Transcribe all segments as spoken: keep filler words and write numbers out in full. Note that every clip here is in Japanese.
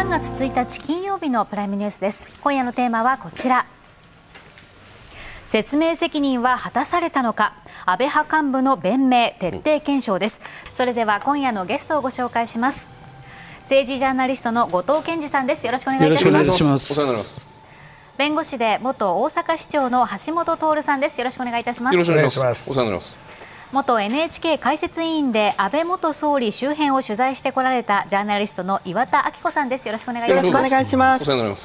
さんがつついたち金曜日のプライムニュースです。今夜のテーマはこちら。説明責任は果たされたのか、安倍派幹部の弁明徹底検証です。それでは今夜のゲストをご紹介します。政治ジャーナリストの後藤健二さんです。よろしくお願いいたします。よろしくお願いします。お世話になります。弁護士で元大阪市長の橋本徹さんです。よろしくお願いいたします。 よろしくお願いします。お世話になります。 元 エヌエイチケー 解説委員で安倍元総理周辺を取材してこられたジャーナリストの岩田明子さんです。よろしくお願いいたします。 よろしくお願いします。 お世話になります。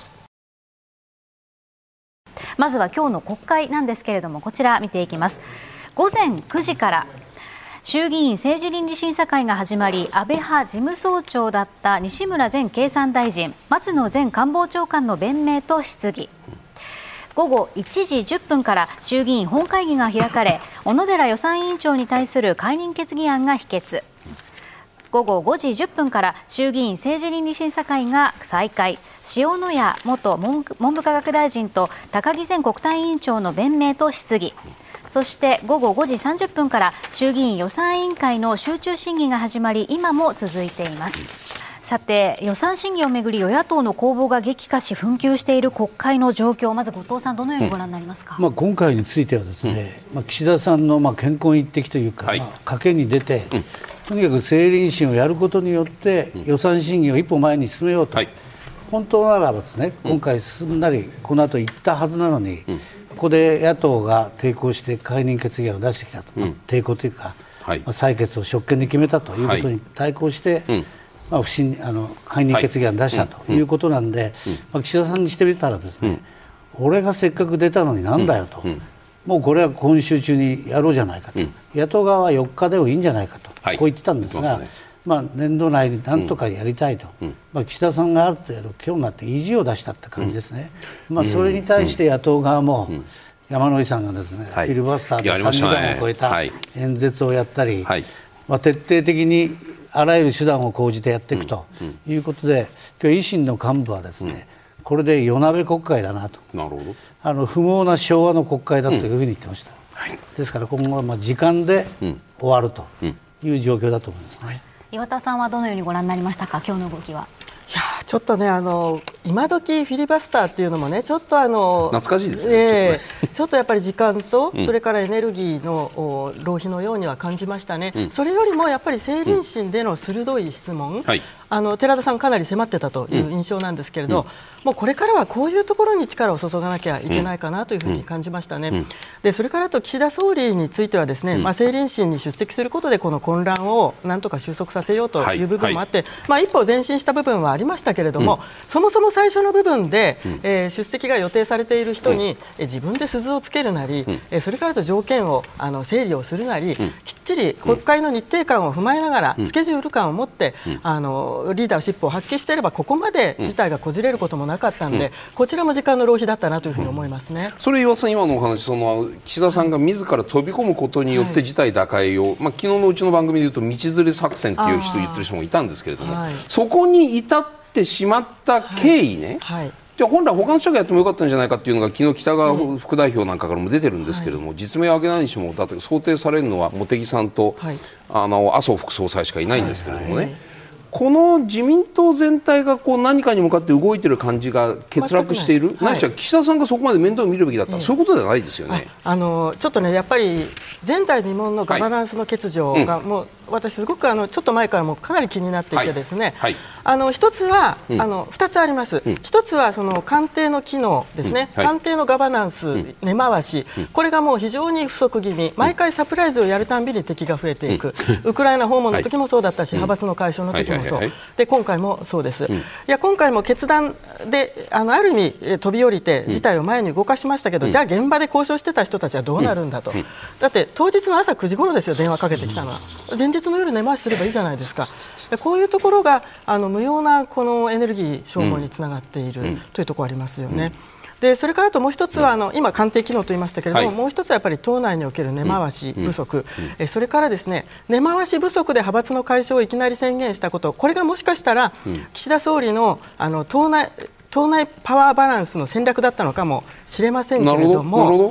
まずは今日の国会なんですけれども、こちら見ていきます。午前くじから衆議院政治倫理審査会が始まり、安倍派事務総長だった西村前経産大臣、松野前官房長官の弁明と質疑。午後いちじじゅっぷんから衆議院本会議が開かれ、小野寺予算委員長に対する解任決議案が否決。午後ごじじゅっぷんから衆議院政治倫理審査会が再開。塩谷元文部科学大臣と高木前国対委員長の弁明と質疑。そして午後ごじさんじゅっぷんから衆議院予算委員会の集中審議が始まり、今も続いています。さて、予算審議をめぐり与野党の攻防が激化し紛糾している国会の状況、まず後藤さん、どのようにご覧になりますか。 うんまあ、今回についてはですね、うんまあ、岸田さんのまあ健康一滴というか、はいまあ、賭けに出て、うん、とにかく政倫審をやることによって予算審議を一歩前に進めようと、はい、本当ならばですね、今回進んだりこの後行ったはずなのに、うん、ここで野党が抵抗して解任決議案を出してきたと、うんまあ、抵抗というか、はいまあ、採決を職権で決めたということに対抗して、はいうんまあ、不信あの解任決議案を出したということなんで、はいうんまあ、岸田さんにしてみたらですね、うん、俺がせっかく出たのになんだよと、うん、もうこれは今週中にやろうじゃないかと、うん、野党側はよっかでもいいんじゃないかと、はい、こう言ってたんですが、ねまあ、年度内になんとかやりたいと、うんまあ、岸田さんがある程度今日になって意地を出したって感じですね、うんまあ、それに対して野党側も、うん山井さんがですね、はい、フィルバスターでさんじかんを超えた演説をやったり、はいまあ、徹底的にあらゆる手段を講じてやっていくということで、今日維新の幹部はですね、うん、これで夜鍋国会だなと、なるほどあの不毛な昭和の国会だというふうに言ってました、うんはい、ですから今後はまあ時間で終わるという状況だと思いますね、うんはい、 岩田さんはどのようにご覧になりましたか、今日の動きは。 いやちょっとねあの今時フィリバスターっていうのもねちょっとあの懐かしいですね、 えー、ちょっとねちょっとやっぱり時間と、うん、それからエネルギーの浪費のようには感じましたね、うん、それよりもやっぱり政倫審での鋭い質問、うんはい、あの寺田さんかなり迫ってたという印象なんですけれど、うん、もうこれからはこういうところに力を注がなきゃいけないかなというふうに感じましたね、うん、でそれからと岸田総理についてはですね、うんまあ、政倫審に出席することでこの混乱をなんとか収束させようという部分もあって、はいはいまあ、一歩前進した部分はありましたけれども、うんそもそも最初の部分で、うんえー、出席が予定されている人に、うん、え自分で鈴をつけるなり、うんえー、それからと条件をあの整理をするなり、うん、きっちり国会の日程感を踏まえながら、うん、スケジュール感を持って、うん、あのリーダーシップを発揮していればここまで事態がこじれることもなかったので、うん、こちらも時間の浪費だったなというふうに思いますね、 うん、それ岩田さん今のお話その岸田さんが自ら飛び込むことによって事態打開を、はいまあ、昨日のうちの番組でいうと道連れ作戦という人言ってる人もいたんですけれども、はい、そこに至っててしまった経緯ね、はいはい、じゃあ本来他の人がやってもよかったんじゃないかっていうのが昨日北川副代表なんかからも出てるんですけれども、はい、実名を挙げないにしてもだって想定されるのは茂木さんと、はい、あの麻生副総裁しかいないんですけれどもね、はいはいこの自民党全体がこう何かに向かって動いている感じが欠落している、ないしは岸田さんがそこまで面倒を見るべきだった、ええ、そういうことではないですよね。 ああのちょっとねやっぱり前代未聞のガバナンスの欠如が、はい、もう私すごくあのちょっと前からもかなり気になっていてですね、はいはい、あの一つは、うん、あの二つあります、うん、一つはその官邸の機能ですね、うんはい、官邸のガバナンス、うん、根回し、うん、これがもう非常に不足気味、毎回サプライズをやるたんびに敵が増えていく、うん、ウクライナ訪問の時もそうだったし、はい、派閥の解消の時もそう、で今回もそうです、うん、いや今回も決断で あのある意味飛び降りて事態を前に動かしましたけど、うん、じゃあ現場で交渉してた人たちはどうなるんだと、うんうん、だって当日の朝くじ頃ですよ電話かけてきたのは、前日の夜根回しすればいいじゃないですか。こういうところがあの無用なこのエネルギー消耗につながっている、うん、というところありますよね、うんでそれからともう一つはあの今官邸機能と言いましたけれども、はい、もう一つはやっぱり党内における根回し不足、うんうん、えそれからですね根回し不足で派閥の解消をいきなり宣言したこと、これがもしかしたら、うん、岸田総理のあの党内党内パワーバランスの戦略だったのかもしれませんけれども、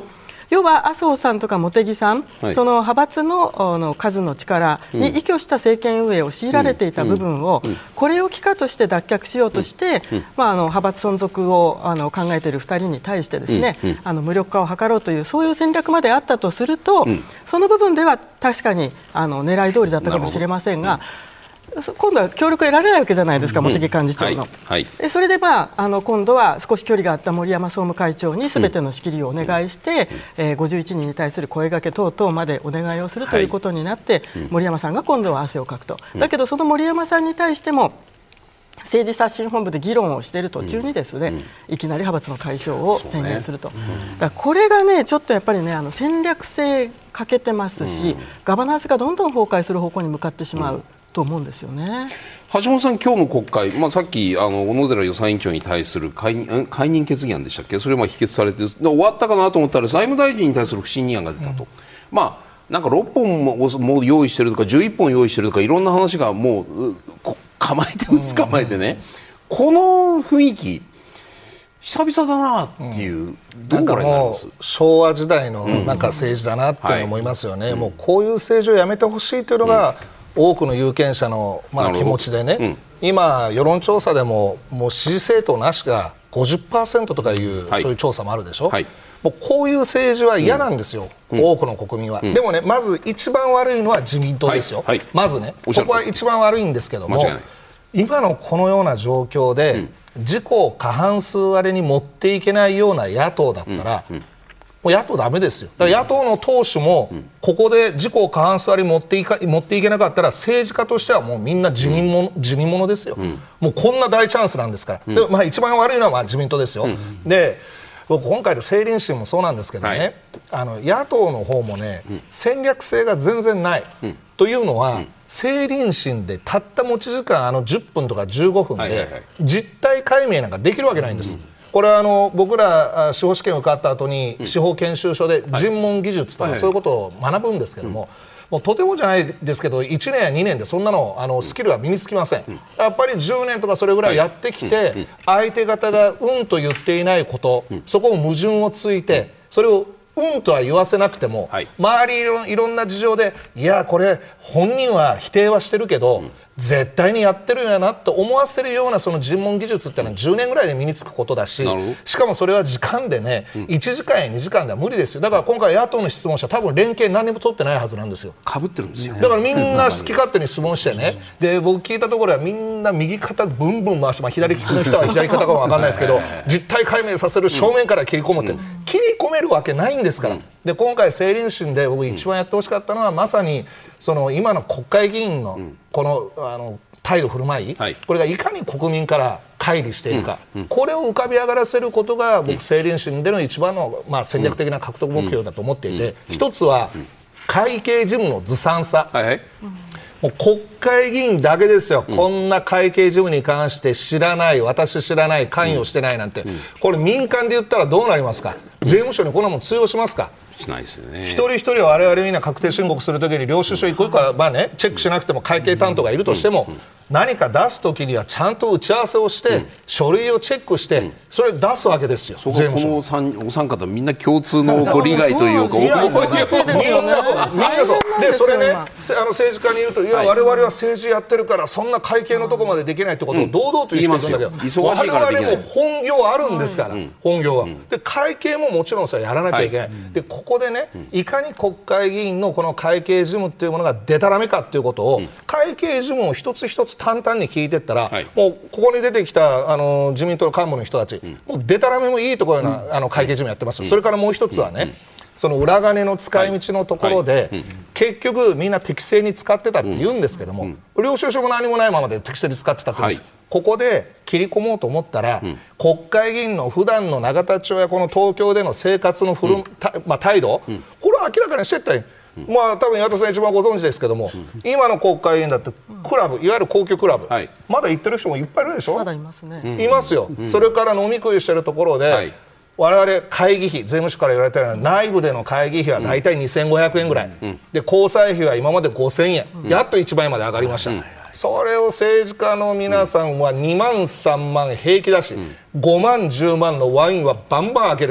要は麻生さんとか茂木さん、はい、その派閥 の, あの数の力に依拠した政権運営を強いられていた部分を、うんうん、これを機会として脱却しようとして、うんまあ、あの派閥存続をあの考えているふたりに対してですね、うんうん、あの無力化を図ろうというそういう戦略まであったとすると、うん、その部分では確かにあの狙い通りだったかもしれませんが、今度は協力を得られないわけじゃないですか、うん、茂木幹事長の、はいはい、それで、まあ、あの今度は少し距離があった森山総務会長にすべての仕切りをお願いして、うんえー、ごじゅういちにんに対する声掛け等々までお願いをするということになって、はい、森山さんが今度は汗をかくと、うん、だけどその森山さんに対しても政治刷新本部で議論をしている途中にですね、うん、いきなり派閥の解消を宣言すると、ねうん、だからこれがねちょっとやっぱりねあの戦略性欠けてますし、うん、ガバナンスがどんどん崩壊する方向に向かってしまう、うんと思うんですよね。 橋本さん、今日の国会、まあ、さっきあの小野寺予算委員長に対する解任、解任決議案でしたっけ、それも否決されて終わったかなと思ったら財務大臣に対する不信任案が出たと、うん、まあなんかろっぽん も, も用意してるとかじゅういっぽん用意してるとかいろんな話がもう構えてる捕まえてね、うん、この雰囲気久々だなっていう、うん、どうご覧になります？ 昭和時代のなんか政治だなって思いますよね、うんはい、もうこういう政治をやめてほしいというのが、うん多くの有権者の、まあ、気持ちでね、うん、今、世論調査でも、もう支持政党なしが ごじゅっパーセント とかいう、はい、そういう調査もあるでしょ、はい、もうこういう政治は嫌なんですよ、うん、多くの国民は、うん、でもね、まず一番悪いのは自民党ですよ、はいはい、まずね、ここは一番悪いんですけども、今のこのような状況で、うん、自公過半数割れに持っていけないような野党だったら、うんうんもう野党ダメですよ。だから野党の党首もここで自公過半数割り持っていか持っていけなかったら政治家としてはもうみんな辞任者、辞任者ですよ、うん、もうこんな大チャンスなんですから、うんでまあ、一番悪いのはまあ自民党ですよ、うん、で僕今回の政倫審もそうなんですけどね、はい、あの野党の方もね、うん、戦略性が全然ない、うん、というのは、うん、政倫審でたった持ち時間あのじゅっぷんとかじゅうごふんで実態解明なんかできるわけないんです、うんこれはあの僕ら司法試験を受かった後に司法研修所で尋問技術とかそういうことを学ぶんですけども、もうとてもじゃないですけどいちねんやにねんでそんなのあのスキルは身につきません。やっぱりじゅうねんとかそれぐらいやってきて相手方がうんと言っていないことそこを矛盾をついてそれをうんとは言わせなくても、はい、周りい ろ, いろんな事情でいやこれ本人は否定はしてるけど、うん、絶対にやってるんやなと思わせるようなその尋問技術ってのはじゅうねんぐらいで身につくことだし、しかもそれは時間でね、うん、いちじかんやにじかんでは無理ですよ。だから今回野党の質問者多分連携何にも取ってないはずなんですよ。 被ってるんですよ。 だからみんな好き勝手に質問してねで僕聞いたところはみんな右肩ブンブン回して、まあ、左利きの人は左肩かも分かんないですけど実態解明させる正面から切り込むって、うん、切り込めるわけないんですから、うん、で今回政倫審で僕一番やってほしかったのは、うん、まさにその今の国会議員のこの、うん、あの態度振る舞い、はい、これがいかに国民から乖離しているか、うんうん、これを浮かび上がらせることが僕政倫審での一番の、まあ、戦略的な獲得目標だと思っていて、うん、一つは会計事務のずさんさ、はいはい、もう国会議員だけですよ、うん、こんな会計事務に関して知らない私知らない関与してないなんて、うん、これ民間で言ったらどうなりますか。税務署にこんなもん通用しますか。 しないですよね。 一人一人我々みんな確定申告するときに領収書一個一個はまあねチェックしなくても会計担当がいるとしても、うんうん、何か出すときにはちゃんと打ち合わせをして、うん、書類をチェックして、うん、それ出すわけですよ。 そここのお三方みんな共通のご利害というかみんなそうみんなそうでそれねあの政治家に言うといや、はい、我々は政治やってるからそんな会計のとこまでできないってことを堂々と言ってるんだけど、うん、我々も本業あるんですから、うん、本業は、うん、で会計ももちろんそれやらなきゃいけない、はい、でここでね、うん、いかに国会議員のこの会計事務っていうものがでたらめかっていうことを、うん、会計事務を一つ一つ淡々に聞いていったら、はい、もうここに出てきたあの自民党の幹部の人たち、うん、もうでたらめもいいところな、うん、あの会計事務やってます、うん、それからもう一つはね、うん、その裏金の使い道のところで、はいはい、結局みんな適正に使ってたって言うんですけども、うんうん、領収書も何もないままで適正に使ってたって言うんです、はい、ここで切り込もうと思ったら、うん、国会議員の普段の永田町やこの東京での生活のふる、うんまあ、態度、うん、これは明らかにしていったらいい。まあ多分岩田さん一番ご存知ですけども、うん、今の国会議員だってクラブいわゆる高級クラブ、はい、まだ行ってる人もいっぱいいるでしょ。 まだいますね。 いますよ、うん、それから飲み食いしてるところで、はい、我々会議費税務署から言われたような内部での会議費は大体にせんごひゃくえんぐらい、うん、で交際費は今までごせんえん、うん、やっといちまん円まで上がりました、うん、それを政治家の皆さんはにまんさんまん平気だし、うん、ごまんじゅうまんのワインはバンバン開けるし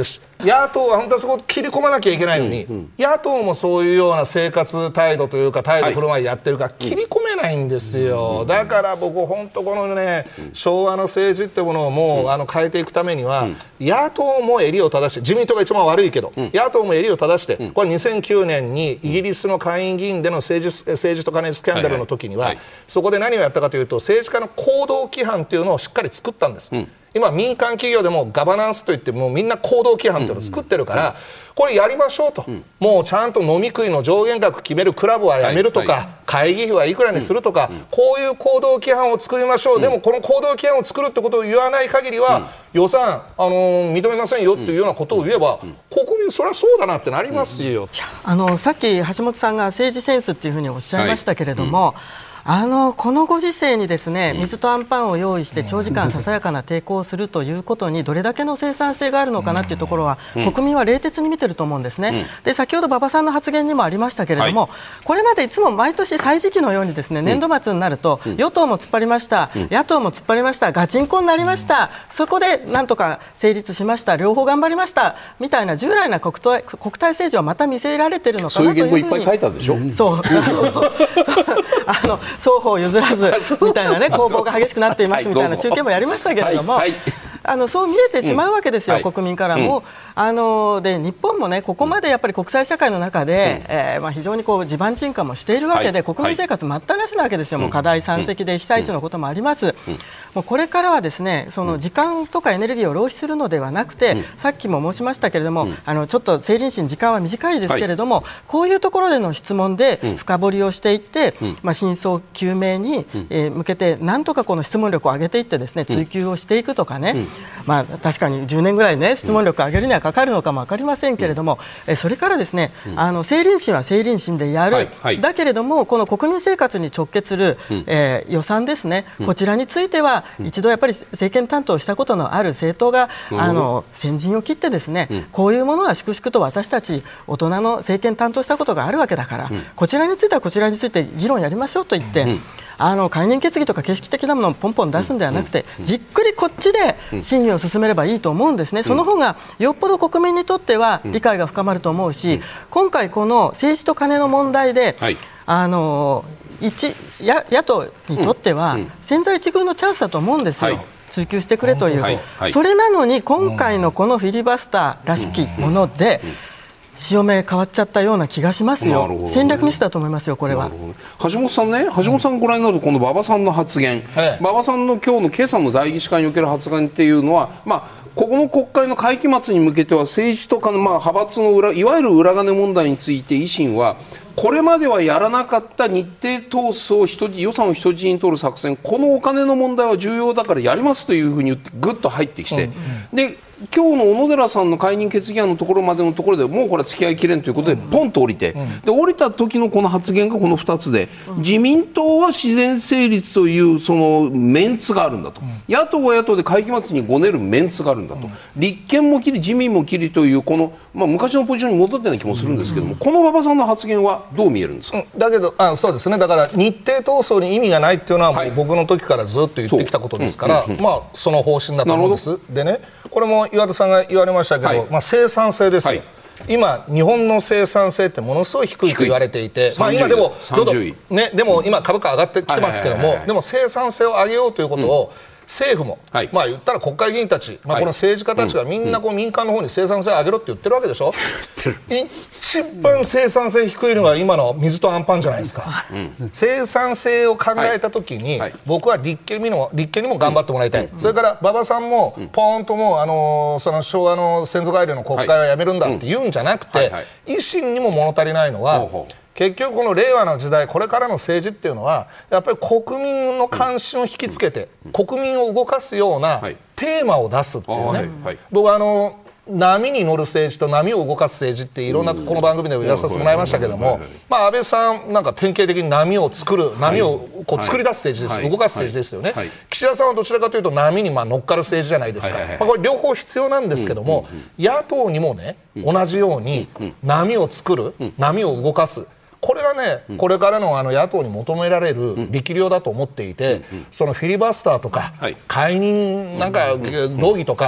野党は本当はそこを切り込まなきゃいけないのに、うんうん、野党もそういうような生活態度というか態度振る舞いやってるから切り込めないんですよ、うん、だから僕本当このね、うん、昭和の政治ってものをもう、うん、あの変えていくためには、うん、野党も襟を正して自民党が一番悪いけど、うん、野党も襟を正して、うん、これにせんきゅうねんにイギリスの下院議員での政治、政治と金スキャンダルの時には、はいはい、そこで何をやったかというと政治家の行動規範というのをしっかり作ったんです、うん、今民間企業でもガバナンスといってもうみんな行動規範というのを作ってるから、うん、これやりましょうと、うん、もうちゃんと飲み食いの上限額決めるクラブはやめるとか、はいはい、会議費はいくらにするとか、うん、こういう行動規範を作りましょう、うん、でもこの行動規範を作るってことを言わない限りは、うん、予算、あのー、認めませんよっていうようなことを言えば、うん、国民そりゃそうだなってなりますよ、うん、 あのさっき橋本さんが政治センスっていうふうにおっしゃいましたけれども、はい、うん、あのこのご時世にですね、水とアンパンを用意して長時間ささやかな抵抗をするということにどれだけの生産性があるのかなというところは国民は冷徹に見てると思うんですね。で、先ほど馬場さんの発言にもありましたけれども、はい、これまでいつも毎年歳時期のようにですね、年度末になると与党も突っ張りました、野党も突っ張りました、ガチンコになりました、そこでなんとか成立しました、両方頑張りましたみたいな従来な国対、国対政治をまた見せられているのかなというふうに。 そういう言語いっぱい書いたでしょ。 そうあの双方譲らずみたいなね、攻防が激しくなっていますみたいな中継もやりましたけれども、はいはい、あのそう見えてしまうわけですよ、うん、国民からも、うん、あので日本もね、ここまでやっぱり国際社会の中で、うん、えーまあ、非常にこう地盤沈下もしているわけで、はい、国民生活真っただしなわけですよ、うん、もう課題山積で被災地のこともあります、うん、もうこれからはですね、その時間とかエネルギーを浪費するのではなくて、うん、さっきも申しましたけれども、うん、あのちょっと政倫審時間は短いですけれども、はい、こういうところでの質問で深掘りをしていって、うん、まあ、真相究明に、うん、えー、向けてなんとかこの質問力を上げていってですね、追及をしていくとかね、うん、まあ、確かにじゅうねんぐらいね、質問力を上げるにはかかるのかも分かりませんけれども、うん、えそれからですね、うん、あの政倫審は政倫審でやる、はいはい、だけれどもこの国民生活に直結する、うん、えー、予算ですね、うん、こちらについては、うん、一度やっぱり政権担当したことのある政党が、うん、あの先陣を切ってですね、うん、こういうものは粛々と私たち大人の政権担当したことがあるわけだから、うん、こちらについてはこちらについて議論やりましょうと言って、うん、あの解任決議とか形式的なものをポンポン出すんではなくて、じっくりこっちで審議を進めればいいと思うんですね。その方がよっぽど国民にとっては理解が深まると思うし、今回この政治と金の問題で、はい、あの一野党にとっては千載一遇のチャンスだと思うんですよ、はい、追及してくれという、はいはい、それなのに今回のこのフィリバスターらしきもので潮目変わっちゃったような気がしますよ、ね、戦略ミスだと思いますよ、これは。 橋本さんね、橋本さんご覧になるとこの馬場さんの発言、はい、馬場さんの今日の今朝の代議士会における発言っていうのは、まあここの国会の会期末に向けては政治とかのまあ派閥の裏いわゆる裏金問題について維新はこれまではやらなかった日程闘争人予算を人質に取る作戦、このお金の問題は重要だからやりますというふうに言ってぐっと入ってきて、うんうん、で今日の小野寺さんの解任決議案のところまでのところでもうこれは付き合いきれんということでポンと降りて、うん、で降りた時のこの発言がこのふたつで、うん、自民党は自然成立というそのメンツがあるんだと、うん、野党は野党で会期末にごねるメンツがあるんだと、うん、立憲も切り自民も切りというこの、まあ、昔のポジションに戻ったような気もするんですけども、うん、この馬場さんの発言はどう見えるんですか。 うん、だけどあそうですね、だから日程闘争に意味がないっていうのはもう僕の時からずっと言ってきたことですから、はい、うんうんうん、まあ、その方針だと思うんです。でね、これも岩田さんが言われましたけど、はい、まあ、生産性ですよ、はい、今、日本の生産性ってものすごい低いと言われていて、まあ、今でもどんどん、ね、でも今株価上がってきてますけども、でも生産性を上げようということを、うん、政府も、はい、まあ言ったら国会議員たち、まあ、この政治家たちがみんなこう民間の方に生産性を上げろって言ってるわけでしょ、うん、一番生産性低いのが今の水とアンパンじゃないですか、うん、生産性を考えたときに、はいはい、僕は立憲にも立憲にも頑張ってもらいたい、うん、それから馬場さんもポーンともう、あのー、その昭和の先祖返りの国会はやめるんだって言うんじゃなくて、はいはいはい、維新にも物足りないのは、ほうほう、結局この令和の時代これからの政治っていうのはやっぱり国民の関心を引きつけて、うん、国民を動かすようなテーマを出すっていうね、はいはい、僕はあの波に乗る政治と波を動かす政治っていろんなこの番組でもやらさせてもらいましたけども、まあ安倍さんなんか典型的に波を作る、波をこう作り出す政治です、はい、動かす政治ですよね、はい、岸田さんはどちらかというと波にまあ乗っかる政治じゃないですか、はいはいはい、まあ、これ両方必要なんですけども、うんうんうん、野党にもね同じように波を作る、うん、波を動かす、これはね、うん、これからのあの野党に求められる力量だと思っていて、うんうん、そのフィリバスターとか、はい、解任なんか動議とか、はい、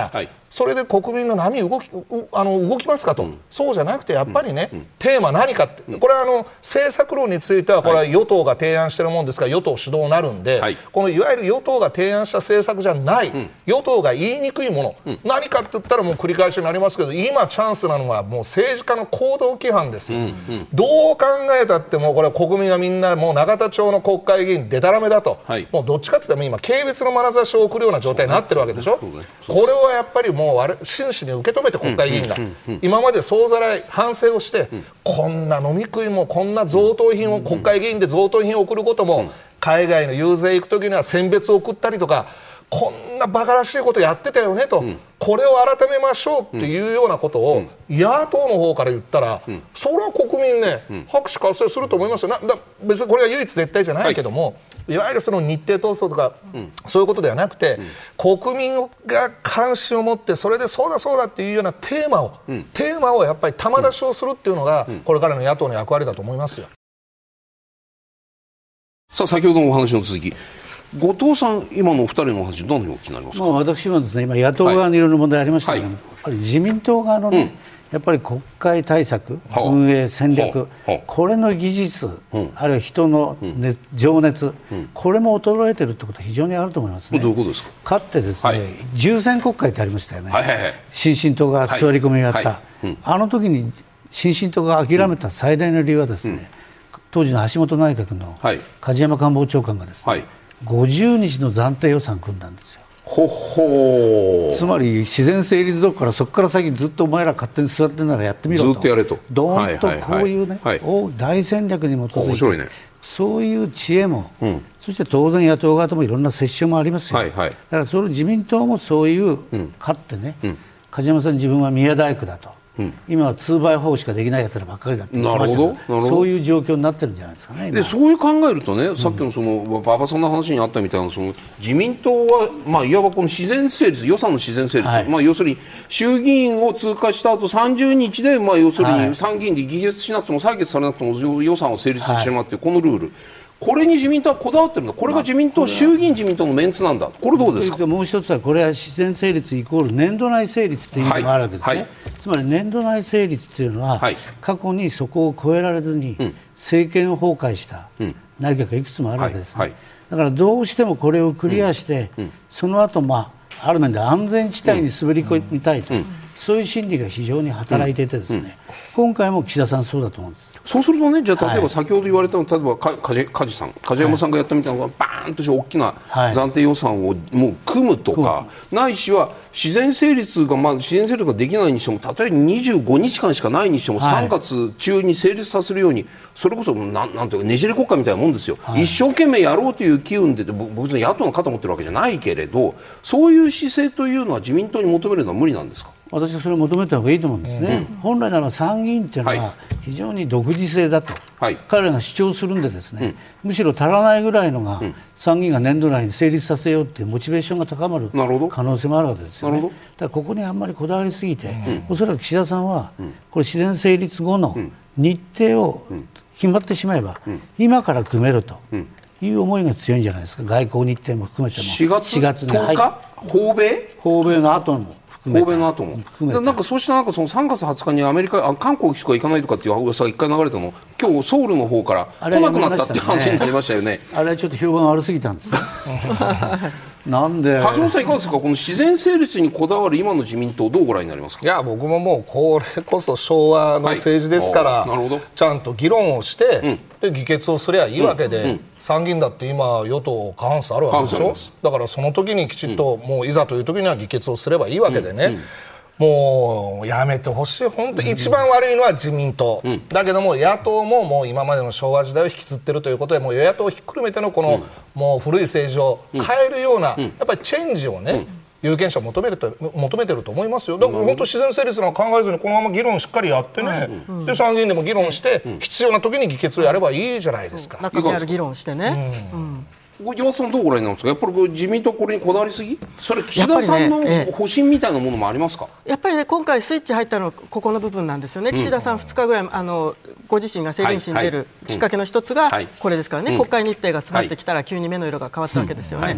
それで国民の波動きあの動きますかと、うん、そうじゃなくてやっぱりね、うん、テーマ何かって、うん、これはあの政策論についてはこれは与党が提案しているものですから与党主導になるんで、はい、このいわゆる与党が提案した政策じゃない、うん、与党が言いにくいもの、うん、何かって言ったらもう繰り返しになりますけど今チャンスなのはもう政治家の行動規範ですよ、うんうん、どう考えたってもうこれは国民はみんなもう永田町の国会議員でたらめだと、はい、もうどっちかって言っても今軽蔑の眼差しを送るような状態になってるわけでしょ。これはやっぱりもうあれ真摯に受け止めて国会議員が、うんうんうんうん、今まで総ざらい反省をして、うん、こんな飲み食いもこんな贈答品を、うん、国会議員で贈答品を送ることも、うん、海外の遊説行くときには選別を送ったりとかこんなバカらしいことやってたよねと、うん、これを改めましょうっていうようなことを、うん、野党の方から言ったら、うん、それは国民ね、うん、拍手喝采すると思いますよ。なだ別にこれが唯一絶対じゃないけども、はい、いわゆるその日程闘争とか、うん、そういうことではなくて、うん、国民が関心を持ってそれでそうだそうだっていうようなテーマを、うん、テーマをやっぱり玉出しをするっていうのが、うん、これからの野党の役割だと思いますよ。 さあ先ほどのお話の続き、後藤さん、今のお二人のお話、どのようにお聞きになりますか。 まあ、私はですね、今、野党側にいろいろ問題ありましたけども、はい、やっぱり自民党側のね、うん、やっぱり国会対策、運営、戦略、これの技術、うん、あるいは人の、ね、情熱、うん、これも衰えてるってことは非常にあると思いますね。 どういうことですか。 かつてですね、はい、重選国会ってありましたよね、 はいはいはい、 新進党が座り込みをやった、はいはいうん、あの時に新進党が諦めた最大の理由はですね、うん、当時の橋本内閣の梶山官房長官がですね、はいごじゅうにちの暫定予算組んだんですよ。 ほほつまり自然成立どころからそこから先ずっとお前ら勝手に座ってんならやってみろとずっとやれとどーんとこういうね、はいはいはい、大戦略に基づいて、ね、そういう知恵も、うん、そして当然野党側ともいろんな折衝もありますよ、はいはい、だからそれ自民党もそういう、うん、勝ってね、うん、梶山さん自分は宮大工だと、うん、今はにばい法しかできないやつらばっかりだって言ってましたから、そういう状況になってるんじゃないですかね。 でそういう考えるとね、さっきのその馬場さんの話にあったみたいなその自民党は、まあ、いわばこの自然成立、予算の自然成立、はいまあ、要するに衆議院を通過した後さんじゅうにちで、まあ、要するに参議院で議決しなくても採決されなくても予算を成立してしまうというこのルール、これに自民党はこだわってるんだ、これが自民党、衆議院自民党のメンツなんだ、これどうですか。 もう一つは、これは自然成立イコール年度内成立という意味があるわけですね、はいはい、つまり年度内成立というのは、はい、過去にそこを超えられずに、うん、政権を崩壊した内閣がいくつもあるわけですね、はいはい、だからどうしてもこれをクリアして、うんうん、その後、まあある面で安全地帯に滑り込みたいと、うんうん、そういう心理が非常に働いていてですね、うんうん、今回も岸田さんそうだと思うんです。 そうするとね、じゃあ例えば先ほど言われたの、はい、例えば梶さん、梶山さんがやったみたいなのが、バーンとした大きな暫定予算をもう組むとか、はい、ないしは自然成立が、まあ、自然成立ができないにしても、例えばにじゅうごにちかんしかないにしても、はい、さんがつ中に成立させるように、それこそなんなんていうかねじれ国家みたいなもんですよ、はい、一生懸命やろうという機運で、僕は野党の肩持ってるわけじゃないけれど、そういう姿勢というのは自民党に求めるのは無理なんですか。 私はそれを求めた方がいいと思うんですね、うん、本来なら参議院というのは非常に独自性だと、はい、彼らが主張するんでですね、うん、むしろ足らないぐらいのが、うん、参議院が年度内に成立させようというモチベーションが高まる可能性もあるわけですよね。だからここにあんまりこだわりすぎて、うん、おそらく岸田さんは、うん、これ自然成立後の日程を決まってしまえば、うん、今から組めるという思いが強いんじゃないですか。外交日程も含めてもしがつとおか、訪米訪米の後も訪米の後もなんかそうしたなんかそのさんがつはつかにアメリカあ韓国しか行かないとかっていう噂が一回流れたの、今日ソウルの方から来なくなったっていう話になりましたよね。 あれはちょっと評判悪すぎたんですねなんで橋本さんいかがですか、この自然成立にこだわる今の自民党どうご覧になりますか。 いや僕ももうこれこそ昭和の政治ですから、はい、なるほどちゃんと議論をして、うん、で議決をすればいいわけで、うんうん、参議院だって今与党過半数あるわけでしょ。だからその時にきちっと、うん、もういざという時には議決をすればいいわけでね、うんうん、もうやめてほしい。本当に一番悪いのは自民党、うん、だけども野党ももう今までの昭和時代を引きずっているということで、もう与野党をひっくるめてのこの、うん、もう古い政治を変えるような、うん、やっぱりチェンジをね、うん、有権者求めると求めてると思いますよ。だから本当自然成立なんか考えずにこのまま議論しっかりやってね、うん、で参議院でも議論して、うん、必要な時に議決をやればいいじゃないですか。 中身ある議論してね、うんうん岩田さんどうご覧になるんですか。やっぱり自民党これにこだわりすぎ、それ岸田さんの方針みたいなものもありますか。 やっぱりね、今回スイッチ入ったのはここの部分なんですよね、うん、岸田さんふつかぐらいあのご自身が政倫審に出るきっかけの一つがこれですからね、はい、国会日程が詰まってきたら急に目の色が変わったわけですよね、はいはい。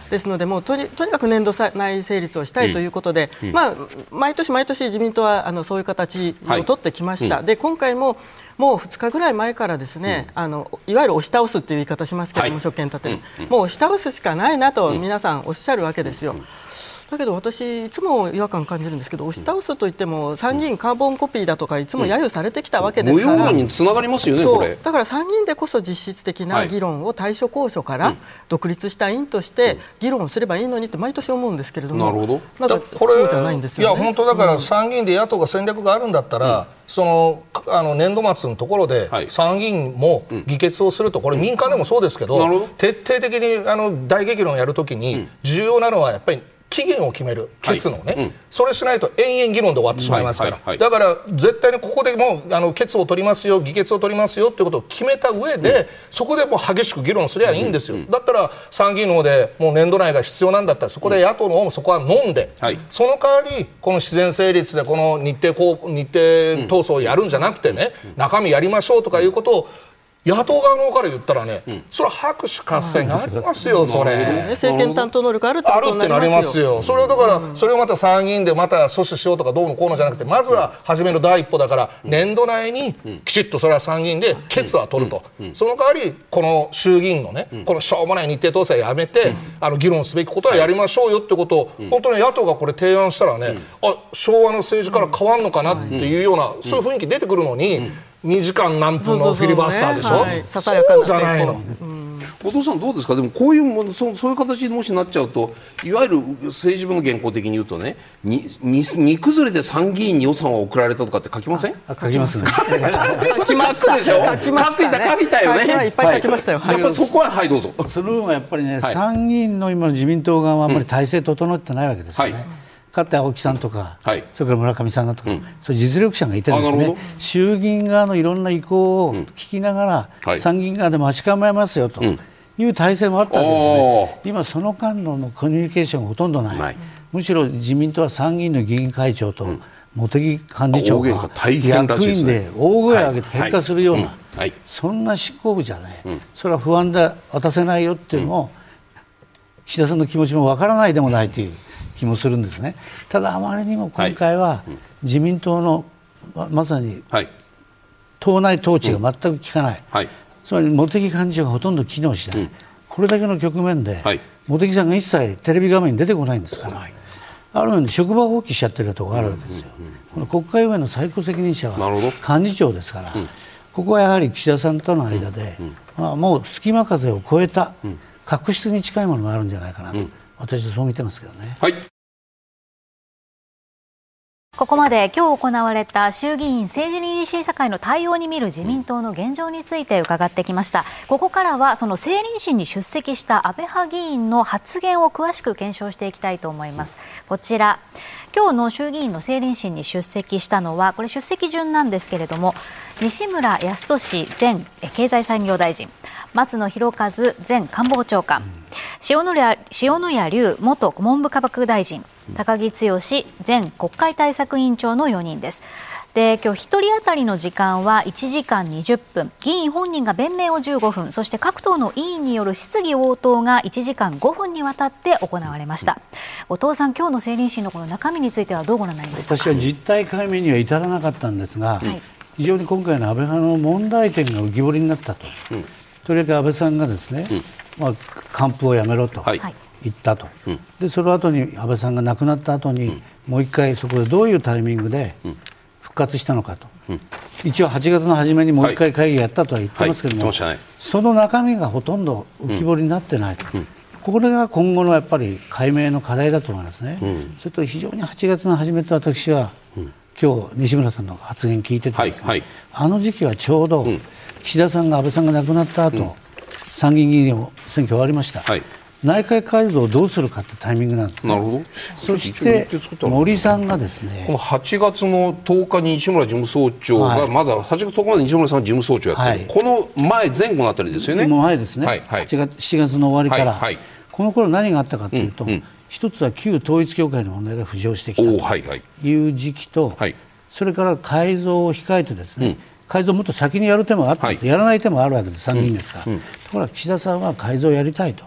ですので、もうとに、とにかく年度内成立をしたいということで、うんまあ、毎年毎年自民党はあのそういう形を取ってきました。はい、で今回ももうふつかぐらい前からですね、うん、あのいわゆる押し倒すという言い方しますけれども、はい、職権立てる、うんうん、もう押し倒すしかないなと皆さんおっしゃるわけですよ。うんうんだけど私、いつも違和感感じるんですけど、押し倒すといっても参議院カーボンコピーだとかいつも揶揄されてきたわけですから、 無用につながりますよね、 そうこれだから参議院でこそ実質的な議論を対処交渉から独立した委員として議論をすればいいのにって毎年思うんですけれども、 なるほど、 なんかそうじゃないんですよね。 いや本当だから参議院で野党が戦略があるんだったら、うん、そのあの年度末のところで参議院も議決をすると、これ民間でもそうですけど、うん、徹底的にあの大激論をやるときに重要なのはやっぱり期限を決める、決のね、はいうん、それしないと延々議論で終わってしまいますから、はいはいはい、だから絶対にここでもうあの決を取りますよ、議決を取りますよということを決めた上で、うん、そこでもう激しく議論すればいいんですよ、うんうん、だったら参議院の方でもう年度内が必要なんだったら、そこで野党の方もそこは飲んで、うんはい、その代わり、この自然成立でこの日程、日程闘争をやるんじゃなくてね、うん、中身やりましょうとかいうことを野党側の方から言ったらね、うん、それは拍手喝采になりますよ、それ。 政権担当能力あるってことになりますよ。あるってなりますよ。 それをだから、うん、それをまた参議院でまた阻止しようとかどうのこうのじゃなくて、まずは初めの第一歩だから、うん、年度内にきちっとそれは参議院で決は取ると、うんうん、その代わりこの衆議院のね、うん、このしょうもない日程統制はやめて、うん、あの議論すべきことはやりましょうよってことを、うん、本当に野党がこれ提案したらね、うん、あ昭和の政治から変わるのかなっていうような、うん、そういう雰囲気出てくるのに。うんにじかん何分のフィリバスターでしょ、 はい、ささやかなそうじゃないの。 後藤さんどうですか。でもこういうもの、そそういう形にもしなっちゃうと、いわゆる政治部の原稿的に言うとね、にに荷崩れで参議院に予算は送られたとかって書きません？ 書きますね。 書きました。 書きました。書きましたね。書いたよね。 いっぱい書きましたよ。 はい、やっぱりそこははいどうぞ。 その分はやっぱりね、はい、参議院の今の自民党側はあんまり体制整ってないわけですよね。はいかつて青木さんとか、はい、それから村上さんだとか、うん、そういう実力者がいてですね、衆議院側のいろんな意向を聞きながら、うんはい、参議院側で待ち構えますよという体制もあったんですね、うん、今その間のコミュニケーションがほとんどない、はい、むしろ自民党は参議院の議員会長と茂木幹事長が役員で大声を上げて喧嘩するような、はいはい、そんな執行部じゃね、うん、それは不安で渡せないよっていうのも、うん、岸田さんの気持ちもわからないでもないという気もするんですね。ただあまりにも今回は自民党の ま, まさに党内統治が全く効かない、はい、つまり茂木幹事長がほとんど機能しない、うん、これだけの局面で、はい、茂木さんが一切テレビ画面に出てこないんですから、ある面で職場放棄しちゃってるところがあるわけですよ、うんうんうん、この国会運営の最高責任者は幹事長ですから、うん、ここはやはり岸田さんとの間で、うんうんまあ、もう隙間風を超えた確執に近いものがあるんじゃないかなと、うん私はそう見てますけどね。 はい。 ここまで今日行われた衆議院政治倫理審査会の対応に見る自民党の現状について伺ってきました。ここからはその政倫審に出席した安倍派議員の発言を詳しく検証していきたいと思います。こちら今日の衆議院の政倫審に出席したのはこれ出席順なんですけれども、西村康稔前経済産業大臣、松野博一前官房長官、塩谷立元文部科学大臣、高木毅前国会対策委員長のよにんです。で今日ひとり当たりの時間はいちじかんにじゅっぷん、議員本人が弁明をじゅうごふん、そして各党の委員による質疑応答がいちじかんごふんにわたって行われました。後藤さん、今日の政倫審のこの中身についてはどうご覧になりましたか。 私は実態解明には至らなかったんですが、はい、非常に今回の安倍派の問題点が浮き彫りになったと、うん、とりあえず安倍さんがですね、うんまあ、還付をやめろと言ったと、はい、でその後に安倍さんが亡くなった後に、うん、もう一回そこでどういうタイミングで復活したのかと、うん、一応はちがつの初めにもう一回会議やったとは言ってますけども、はいはい、その中身がほとんど浮き彫りになってないと、うん、これが今後のやっぱり解明の課題だと思いますね、うん、それと非常にはちがつの初めと私は、うん、今日西村さんの発言聞いててですね、はいはい、あの時期はちょうど岸田さんが安倍さんが亡くなった後、うん参議院議員選挙終わりました、はい、内閣改造をどうするかってタイミングなんです、ね、 なるほど。 そして森さんがですねこのはちがつのとおかに西村事務総長が、はい、まだはちがつとおかまで西村さんが事務総長やってる、はい、この前前後のあたりですよね。 もう前ですね、はいはい、はちがつしちがつの終わりから、はいはい、この頃何があったかというと、うんうん、一つは旧統一教会の問題が浮上してきたという時期と、はい、それから改造を控えてですね、うん改造をもっと先にやる手もあったんです、はい、やらない手もあるわけです、参議院ですから、うんうん、ところが岸田さんは改造をやりたいと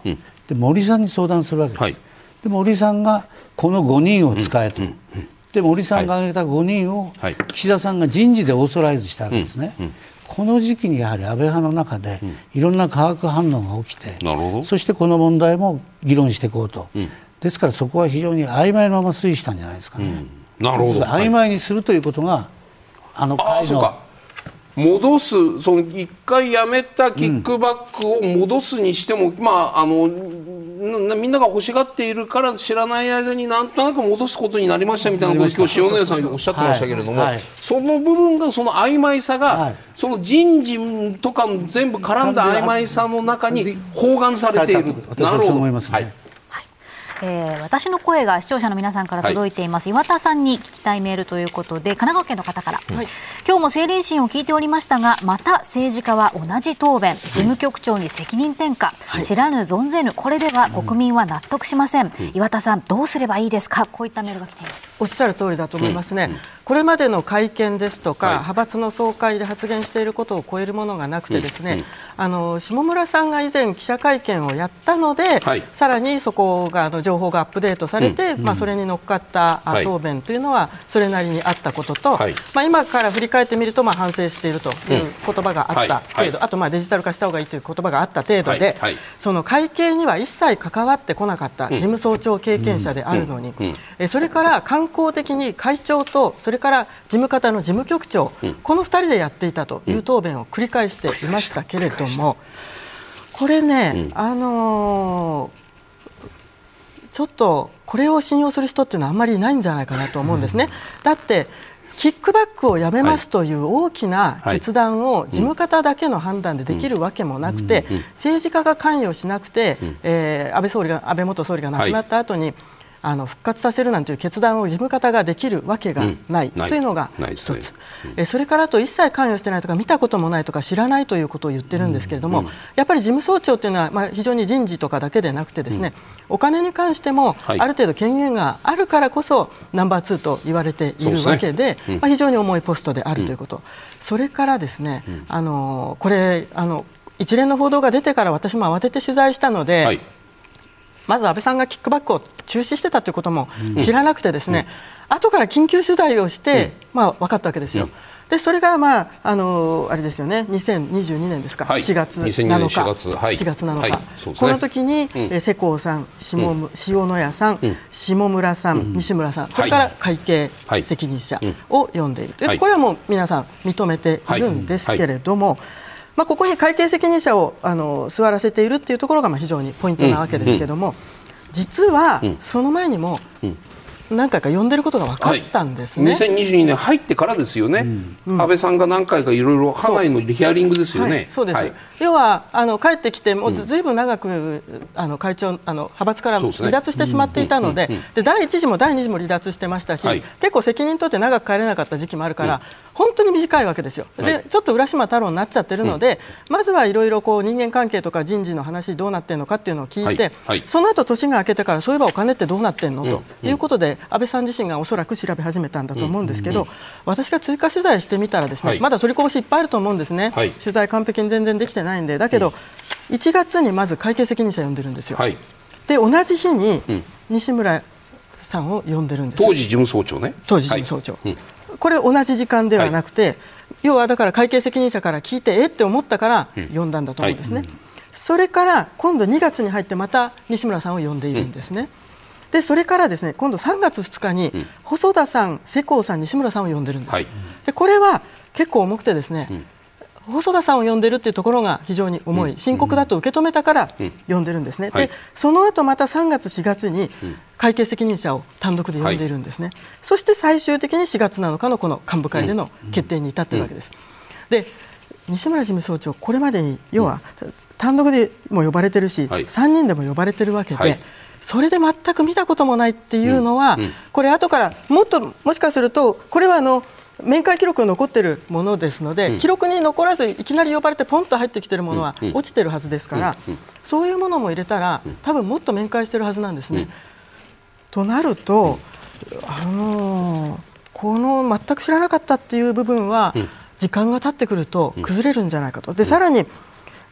で森さんに相談するわけです、はい、で森さんがこのごにんを使えと、うんうん、で森さんが挙げたごにんを岸田さんが人事でオーソライズしたわけですね、うんうん、この時期にやはり安倍派の中でいろんな化学反応が起きて、うん、そしてこの問題も議論していこうと、うん、ですからそこは非常に曖昧なまま推移したんじゃないですかね、 うん、なるほど。 曖昧にするということがあの会の戻す、その一回やめたキックバックを戻すにしても、うん、まああのみんなが欲しがっているから知らない間になんとなく戻すことになりましたみたいなことを今日塩谷さんおっしゃってましたけれども、はいはい、その部分がその曖昧さが、はい、その人事とか全部絡んだ曖昧さの中に包含されている。 なるほど。はいえー、私の声が視聴者の皆さんから届いています、はい、岩田さんに聞きたいメールということで、神奈川県の方から、はい、今日も政倫審を聞いておりましたが、また政治家は同じ答弁、事務局長に責任転嫁、はい、知らぬ存ぜぬ、これでは国民は納得しません、うん、岩田さんどうすればいいですか。こういったメールが来ています。 おっしゃる通りだと思いますね、うんうん、これまでの会見ですとか、はい、派閥の総会で発言していることを超えるものがなくてですね、うんうん、あの下村さんが以前記者会見をやったので、はい、さらにそこがあの情報がアップデートされて、うんまあ、それに乗っかった、うん、答弁というのはそれなりにあったことと、はいまあ、今から振り返ってみると、まあ、反省しているという言葉があった程度、うんはい、あとまあデジタル化した方がいいという言葉があった程度で、はいはい、その会計には一切関わってこなかった事務総長経験者であるのに、うんうんうん、えそれから観光的に会長とそれから事務方の事務局長、うん、このふたりでやっていたという答弁を繰り返していましたけれども、これね、うん、あのーちょっとこれを信用する人っていうのはあんまりいないんじゃないかなと思うんですね。だってキックバックをやめますという大きな決断を事務方だけの判断でできるわけもなくて、政治家が関与しなくて、えー、安倍総理が安倍元総理が亡くなった後にあの復活させるなんていう決断を事務方ができるわけがない、うん、というのが一つ、ねうん、それからあと一切関与してないとか見たこともないとか知らないということを言ってるんですけれども、うんうん、やっぱり事務総長というのは、まあ、非常に人事とかだけでなくてですね、うん、お金に関してもある程度権限があるからこそナンバーツーと言われているわけ で, で、ねうんまあ、非常に重いポストであるということ、うん、それからですね、うん、あのこれあの一連の報道が出てから私も慌てて取材したので、はいまず安倍さんがキックバックを中止してたということも知らなくてですね、うん、後から緊急取材をして、うんまあ、分かったわけですよ、うん、でそれが、まあ、あのあれですよねにせんにじゅうにねんですか、はい、しがつなのかしがつなのか、はいね、この時に、うん、世耕さん、下、うん、塩谷さん、うん、下村さん、うん、西村さん、それから会計責任者を呼んでいる、はい、これはもう皆さん認めているんですけれども、はいはいまあ、ここに会計責任者をあの座らせているというところがまあ非常にポイントなわけですけれども、うんうん、実はその前にも何回か呼んでることが分かったんですね、 はい、にせんにじゅうにねん入ってからですよね、うん、安倍さんが何回かいろいろ派内のヒアリングですよね。 はい、そうです、はい、要はあの帰ってきてもうずいぶん長く、うん、あの会長あの派閥から離脱してしまっていたので、でだいいち次もだいに次も離脱してましたし、はい、結構責任取って長く帰れなかった時期もあるから、うん、本当に短いわけですよ。で、はい、ちょっと浦島太郎になっちゃってるので、うん、まずはいろいろこう人間関係とか人事の話どうなってるのかっていうのを聞いて、はいはい、その後年が明けてからそういえばお金ってどうなってんの、うん、ということで安倍さん自身がおそらく調べ始めたんだと思うんですけど、うんうんうん、私が追加取材してみたらですね、はい、まだ取りこぼしいっぱいあると思うんですね、はい、取材完璧に全然できてないんで。だけど、うん、いちがつにまず会計責任者呼んでるんですよ、はい、で同じ日に西村さんを呼んでるんですよ。 当時事務総長ね。 当時事務総長、はいうん、これ同じ時間ではなくて、はい、要はだから会計責任者から聞いてえって思ったから呼んだんだと思うんですね、うんはい、それから今度にがつに入ってまた西村さんを呼んでいるんですね、うんでそれからですね今度さんがつふつかに細田さん、世耕さん、西村さんを呼んでるんです、はい、でこれは結構重くてですね、うん、細田さんを呼んでるっていうところが非常に重い、深刻だと受け止めたから呼んでるんですね、うん、でその後またさんがつしがつに会計責任者を単独で呼んでいるんですね、はい、そして最終的にしがつなのかのこの幹部会での決定に至っているわけです、うんうん、で西村事務総長これまでに要は単独でも呼ばれてるし、はい、さんにんでも呼ばれてるわけで、はいそれで全く見たこともないっていうのは、うんうん、これ後からもっともしかするとこれはあの面会記録に残っているものですので、うん、記録に残らずいきなり呼ばれてポンと入ってきているものは落ちているはずですから、うんうん、そういうものも入れたら多分もっと面会しているはずなんですね、うん、となると、あのー、この全く知らなかったっていう部分は、うん、時間が経ってくると崩れるんじゃないかと。でさらに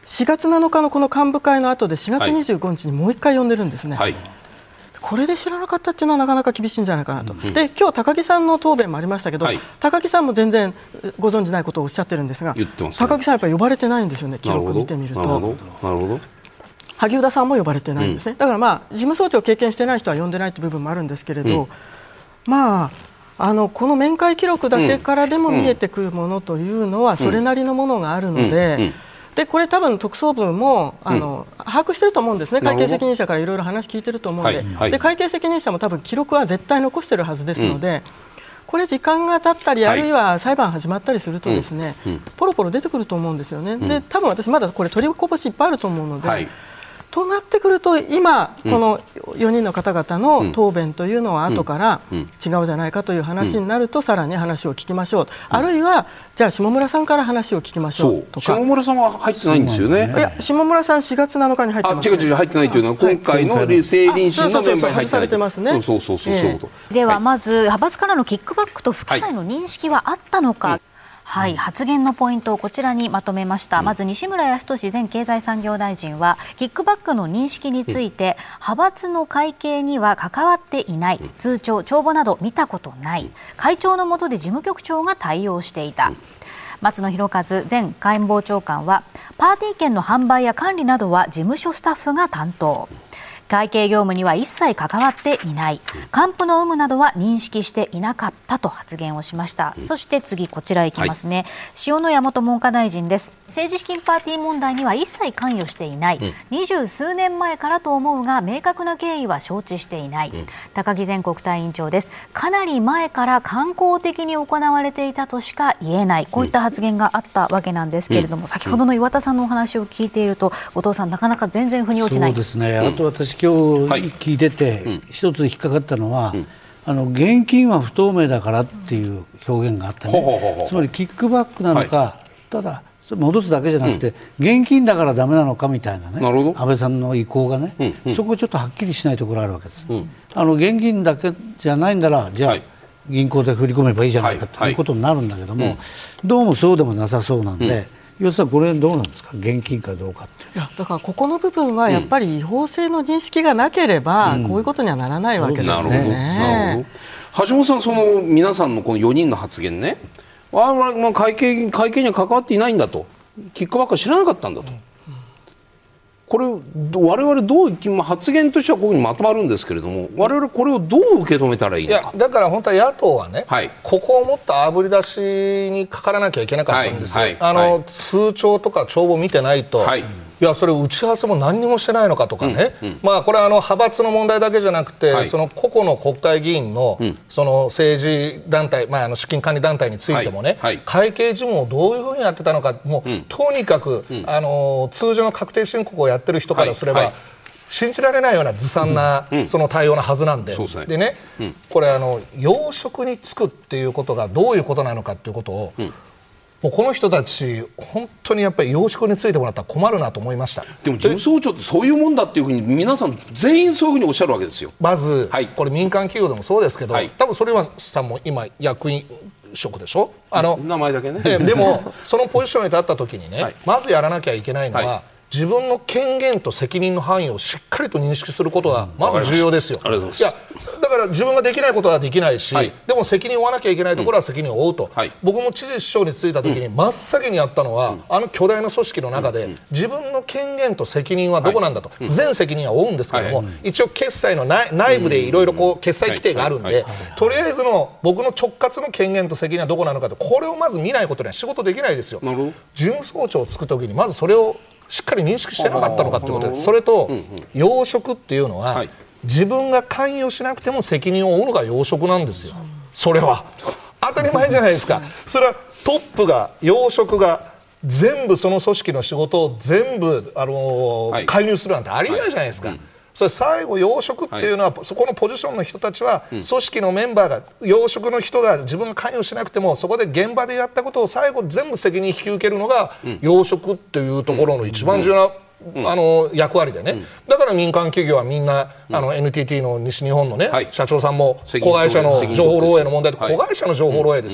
しがつなのかのこの幹部会の後でしがつにじゅうごにちにもう一回呼んでるんですね。はい、これで知らなかったっていうのはなかなか厳しいんじゃないかなと、うん、で今日高木さんの答弁もありましたけど、はい、高木さんも全然ご存じないことをおっしゃってるんですが、 言ってますね、 高木さんやっぱり呼ばれてないんですよね、記録見てみると。なるほど、なるほど。萩生田さんも呼ばれてないんですね、うん、だからまあ事務総長を経験してない人は呼んでないという部分もあるんですけれど、うん、まああのこの面会記録だけからでも見えてくるものというのはそれなりのものがあるので、うんうん、でこれ多分特捜部もあの、うん、把握してると思うんですね。会計責任者からいろいろ話聞いてると思うので、はいはい、で会計責任者も多分記録は絶対残してるはずですので、うん、これ時間が経ったり、はい、あるいは裁判始まったりするとですね、うんうん、ポロポロ出てくると思うんですよね、うん、で多分私まだこれ取りこぼしいっぱいあると思うので、はい、となってくると今このよにんの方々の答弁というのは後から違うじゃないかという話になるとさらに話を聞きましょう、あるいはじゃあ下村さんから話を聞きましょうとか。 下村さんは入ってないんですよね。 いや下村さんしがつなのかに入ってます、 ね、あ違う違う入ってないというのは今回の政倫審のメンバーに入ってないと。そうそうそうそうそう。 ではまず派閥からのキックバックと不記載の認識はあったのか、はいはい、発言のポイントをこちらにまとめました。まず西村康稔前経済産業大臣はキックバックの認識について、派閥の会計には関わっていない、通帳帳簿など見たことない、会長の下で事務局長が対応していた。松野博一前官房長官はパーティー券の販売や管理などは事務所スタッフが担当、会計業務には一切関わっていない、還付の有無などは認識していなかったと発言をしました。そして次こちらいきますね、はい、塩谷元文科大臣です。政治資金パーティー問題には一切関与していない、二十数年前からと思うが明確な経緯は承知していない、うん、高木前国対委員長です。かなり前から観光的に行われていたとしか言えない、こういった発言があったわけなんですけれども、うん、先ほどの岩田さんのお話を聞いていると後藤さんなかなか全然腑に落ちない。 そうですね、あと私今日聞いてて、はい、一つ引っかかったのは、うん、あの現金は不透明だからっていう表現があったね、うん、つまりキックバックなのか、はい、ただ戻すだけじゃなくて、うん、現金だからダメなのかみたいなね、なるほど、安倍さんの意向がね、うんうん、そこをちょっとはっきりしないところがあるわけです、うん、あの現金だけじゃないんならじゃあ、はい、銀行で振り込めばいいじゃないかということになるんだけども、はいはい、どうもそうでもなさそうなんで、うん、要するにこれどうなんですか、現金かどうかって。 いやだからここの部分はやっぱり違法性の認識がなければ、うん、こういうことにはならないわけですね。なるほど、なるほど。橋本さん、その皆さんのこのよにんの発言ね、我々も会計、会計には関わっていないんだと、キックバックは知らなかったんだと、うん、これ我々どう発言としてはここにまとまるんですけれども、我々これをどう受け止めたらいいのか。いやだから本当は野党はね、はい、ここをもっとあぶり出しにかからなきゃいけなかったんですよ、はいはい、あの、はい、通帳とか帳簿見てないと、はい、いやそれ打ち合わせも何にもしてないのかとかね、うんうん、まあこれはあの派閥の問題だけじゃなくて、はい、その個々の国会議員の、うん、その政治団体、まあ、あの資金管理団体についてもね、はいはい、会計事務をどういうふうにやってたのか、もう、うん、とにかく、うん、あの通常の確定申告をやってる人からすれば、はいはい、信じられないようなずさんな、うん、その対応のはずなんで、うん、でね、うん、これあの要職に就くっていうことがどういうことなのかっていうことを、うん、もうこの人たち本当にやっぱり要職についてもらったら困るなと思いました。 でも事務総長ってそういうもんだっていうふうに皆さん全員そういうふうにおっしゃるわけですよ。 まず、はい、これ民間企業でもそうですけど、はい、多分それはさんも今役員職でしょ、あの名前だけね。 でもそのポジションに立った時にね、はい、まずやらなきゃいけないのは、はい、自分の権限と責任の範囲をしっかりと認識することがまず重要ですよ。 ありがとうございます。 いやだから自分ができないことはできないし、はい、でも責任を負わなきゃいけないところは責任を負うと、うんはい、僕も知事首相に就いた時に真っ先にやったのは、うん、あの巨大な組織の中で、うん、自分の権限と責任はどこなんだと、はい、全責任は負うんですけども、はい、一応決済の内、内部でいろいろこう決済規定があるんで、とりあえずの僕の直轄の権限と責任はどこなのかと、これをまず見ないことには仕事できないですよ。事務総長をつく時にまずそれをしっかり認識してなかったのかということです。それと、うんうん、要職っていうのは、はい、自分が関与しなくても責任を負うのが要職なんですよ。それは当たり前じゃないですか。それはトップが要職が全部その組織の仕事を全部、あのーはい、介入するなんてありえないじゃないですか、はいうん、それ最後要職っていうのは、はい、そこのポジションの人たちは、うん、組織のメンバーが要職の人が自分が関与しなくてもそこで現場でやったことを最後全部責任引き受けるのが、うん、要職っていうところの一番重要な、うんうん、あの役割でね、うん、だから民間企業はみんな、うん、あの エヌティーティー の西日本の、ねはい、社長さんも子会社の情報漏洩の問題で、はい、子会社の情報漏洩ですよ、うん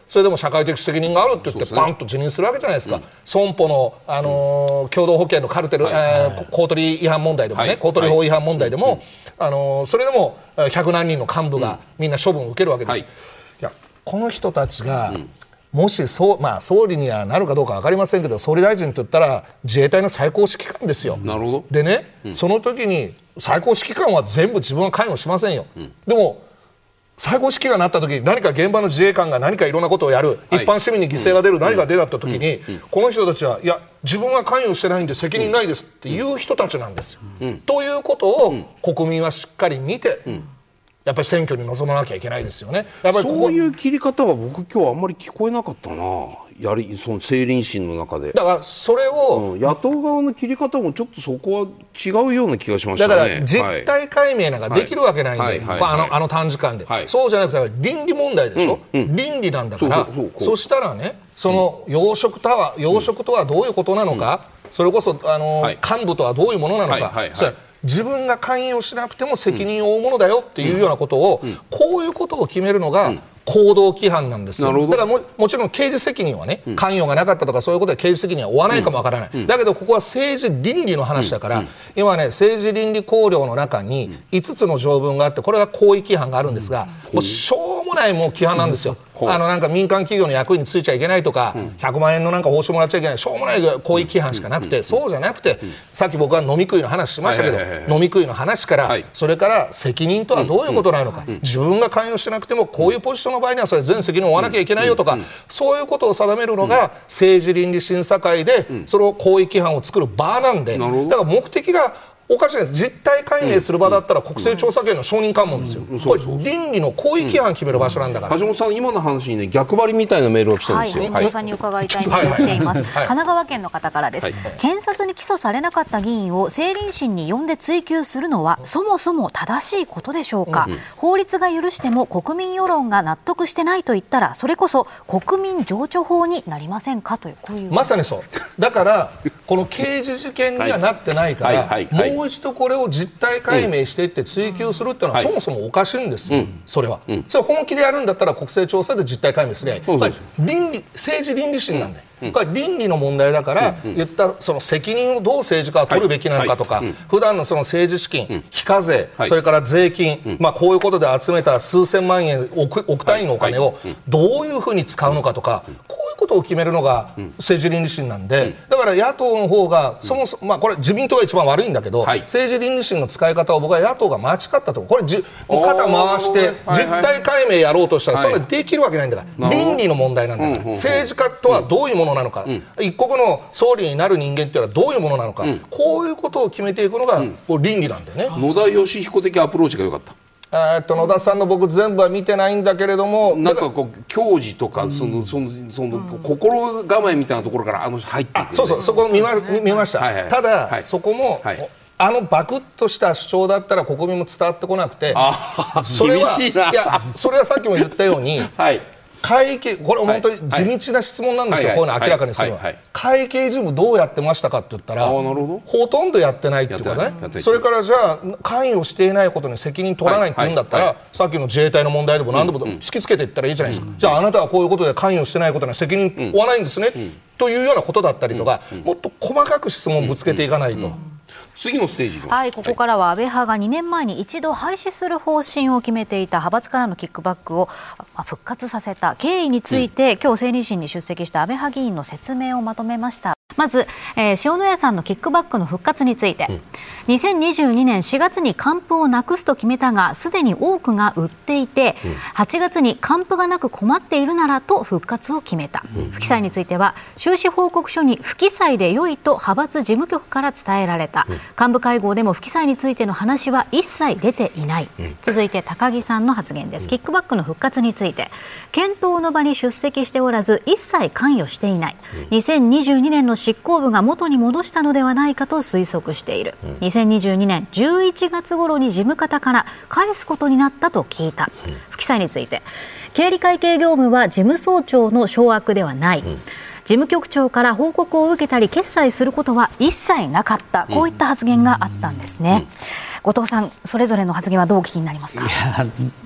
それでも社会的責任があるって言ってパンと辞任するわけじゃないですか、うん、損保の、あのー、共同保険のカルテル、はい、えー、公取違反問題でもね、はい、公取法違反問題でも、はい、あのー、それでもひゃくなんにんの幹部がみんな処分を受けるわけです、はい、いやこの人たちが、うん、もしそう、まあ、総理にはなるかどうか分かりませんけど、総理大臣といったら自衛隊の最高指揮官ですよ。 なるほど。 でね、うん、その時に最高指揮官は全部自分は関与しませんよ、うん、でも最高指揮官になった時に何か現場の自衛官が何かいろんなことをやる、はい、一般市民に犠牲が出る、うん、何か出た時に、うんうん、この人たちはいや自分は関与してないんで責任ないですっていう人たちなんですよ、うん、ということを国民はしっかり見て、うん、やっぱり選挙に臨まなきゃいけないですよね。やっぱりここそういう切り方は僕今日あんまり聞こえなかったな、やりその政倫審の中で。 だからそれを、 うん、野党側の切り方もちょっとそこは違うような気がしましたね。 だから実態解明なんかできるわけないんで、はいはいはい、あの、あの短時間で、はい、そうじゃなくて倫理問題でしょ、うんうん、倫理なんだから、そうそうそう、そしたらね、その養殖とは、養殖とはどういうことなのか、うん、それこそあの、はい、幹部とはどういうものなのか、はいはいはい、それ自分が関与しなくても責任を負うものだよっていうようなことを、うんうん、こういうことを決めるのが、うん、行動規範なんですよ。だからも、もちろん刑事責任はね、うん、関与がなかったとかそういうことで刑事責任は負わないかもわからない、うん、だけどここは政治倫理の話だから、うん、今ね政治倫理綱領の中にいつつの条文があって、これが行為規範があるんですが、うん、もうしょうもないもう規範なんですよ、うん、あのなんか民間企業の役員についちゃいけないとか、うん、ひゃくまんえんのなんか報酬もらっちゃいけない、しょうもない行為規範しかなくて、うん、そうじゃなくて、うん、さっき僕は飲み食いの話しましたけど、はいはいはいはい、飲み食いの話から、はい、それから責任とはどういうことなのか、うんうん、自分が関与しなくてもこういうポジションの場合にはそれ全責任を負わなきゃいけないよとか、うんうん、そういうことを定めるのが政治倫理審査会で、うん、それを行為規範を作る場なんで、だから目的がおかしいです。実態解明する場だったら国政調査権の承認喚問ですよ、うんうん、これ倫理の行為規範決める場所なんだから、うん、 橋本さん今の話にね逆張りみたいなメールが来たんですよ。 はい、橋本さんに伺いたいメールが来ています、はいはいはい、神奈川県の方からです、はい、検察に起訴されなかった議員を政倫審に呼んで追及するのはそもそも正しいことでしょうか、うん、法律が許しても国民世論が納得してないと言ったらそれこそ国民情緒法になりませんかという、こういうまさにそうだからこの刑事事件にはなってないから、はいはいはいはい、もう一度これを実態解明していって追及するっていうのはそもそもおかしいんですよ、うん、それは、うん、それ本気でやるんだったら国政調査で実態解明すればいい、うん、倫理政治倫理審なんで、うん、これは倫理の問題だから、うん、言ったその責任をどう政治家は取るべきなのかとか、はいはい、普段のその政治資金、うん、非課税、はい、それから税金、うん、まあ、こういうことで集めた数千万円億、億単位のお金をどういうふうに使うのかとか、うん、こういうことを決めるのが政治倫理審なんで、うん、だから野党の方がそもそも、まあ、これ自民党が一番悪いんだけど、はい、政治倫理審の使い方を僕は野党が間違ったと、これじ肩回して実態解明やろうとしたらそれできるわけないんだから、はい、倫理の問題なんだから、うん、政治家とはどういうものなのか、うん、一国の総理になる人間っていうのはどういうものなのか、うん、こういうことを決めていくのが、うん、こう倫理なんだよね。 野田佳彦的アプローチが良かった。 えー、っと野田さんの僕全部は見てないんだけれども、 なんかこう教示とか、うん、そのそのその心構えみたいなところからあの入っていく、ね、 そうそう、そこを見ま、見ました、はいはい、ただ、はい、そこも、はい、あのバクッとした主張だったら国民も伝わってこなくて、 あそれは厳しいな。 いやそれはさっきも言ったように、はい、会計、これ本当に地道な質問なんですよ、はいはい、こういうの明らかにするのは、はいはいはい、会計事務どうやってましたかって言ったら、ほとんどやってないっていうかね、それからじゃあ関与していないことに責任取らないって言うんだったら、はいはいはい、さっきの自衛隊の問題でも何でも突きつけていったらいいじゃないですか、うんうん、じゃああなたはこういうことで関与してないことに責任負わないんですね、うんうん、というようなことだったりとか、うんうん、もっと細かく質問をぶつけていかないと、うんうんうん、 次のステージ、 はい、ここからは安倍派がにねんまえに一度廃止する方針を決めていた派閥からのキックバックを復活させた経緯について、うん、今日政倫審に出席した安倍派議員の説明をまとめました。まず、えー、塩谷さんのキックバックの復活について、うん、にせんにじゅうにねんしがつに還付をなくすと決めたがすでに多くが売っていて、うん、はちがつに還付がなく困っているならと復活を決めた、うん、不記載については収支報告書に不記載で良いと派閥事務局から伝えられた、うん、幹部会合でも不記載についての話は一切出ていない、うん、続いて高木さんの発言です。キックバックの復活について、検討の場に出席しておらず一切関与していない、うん、にせんにじゅうにねんの執行部が元に戻したのではないかと推測している、うん、にせんにじゅうにねんじゅういちがつ頃に事務方から返すことになったと聞いた、うん、不記載について、経理会計業務は事務総長の掌握ではない、うん、事務局長から報告を受けたり決裁することは一切なかった、こういった発言があったんですね、うんうん、後藤さん、それぞれの発言はどうお聞きになりますか。 いや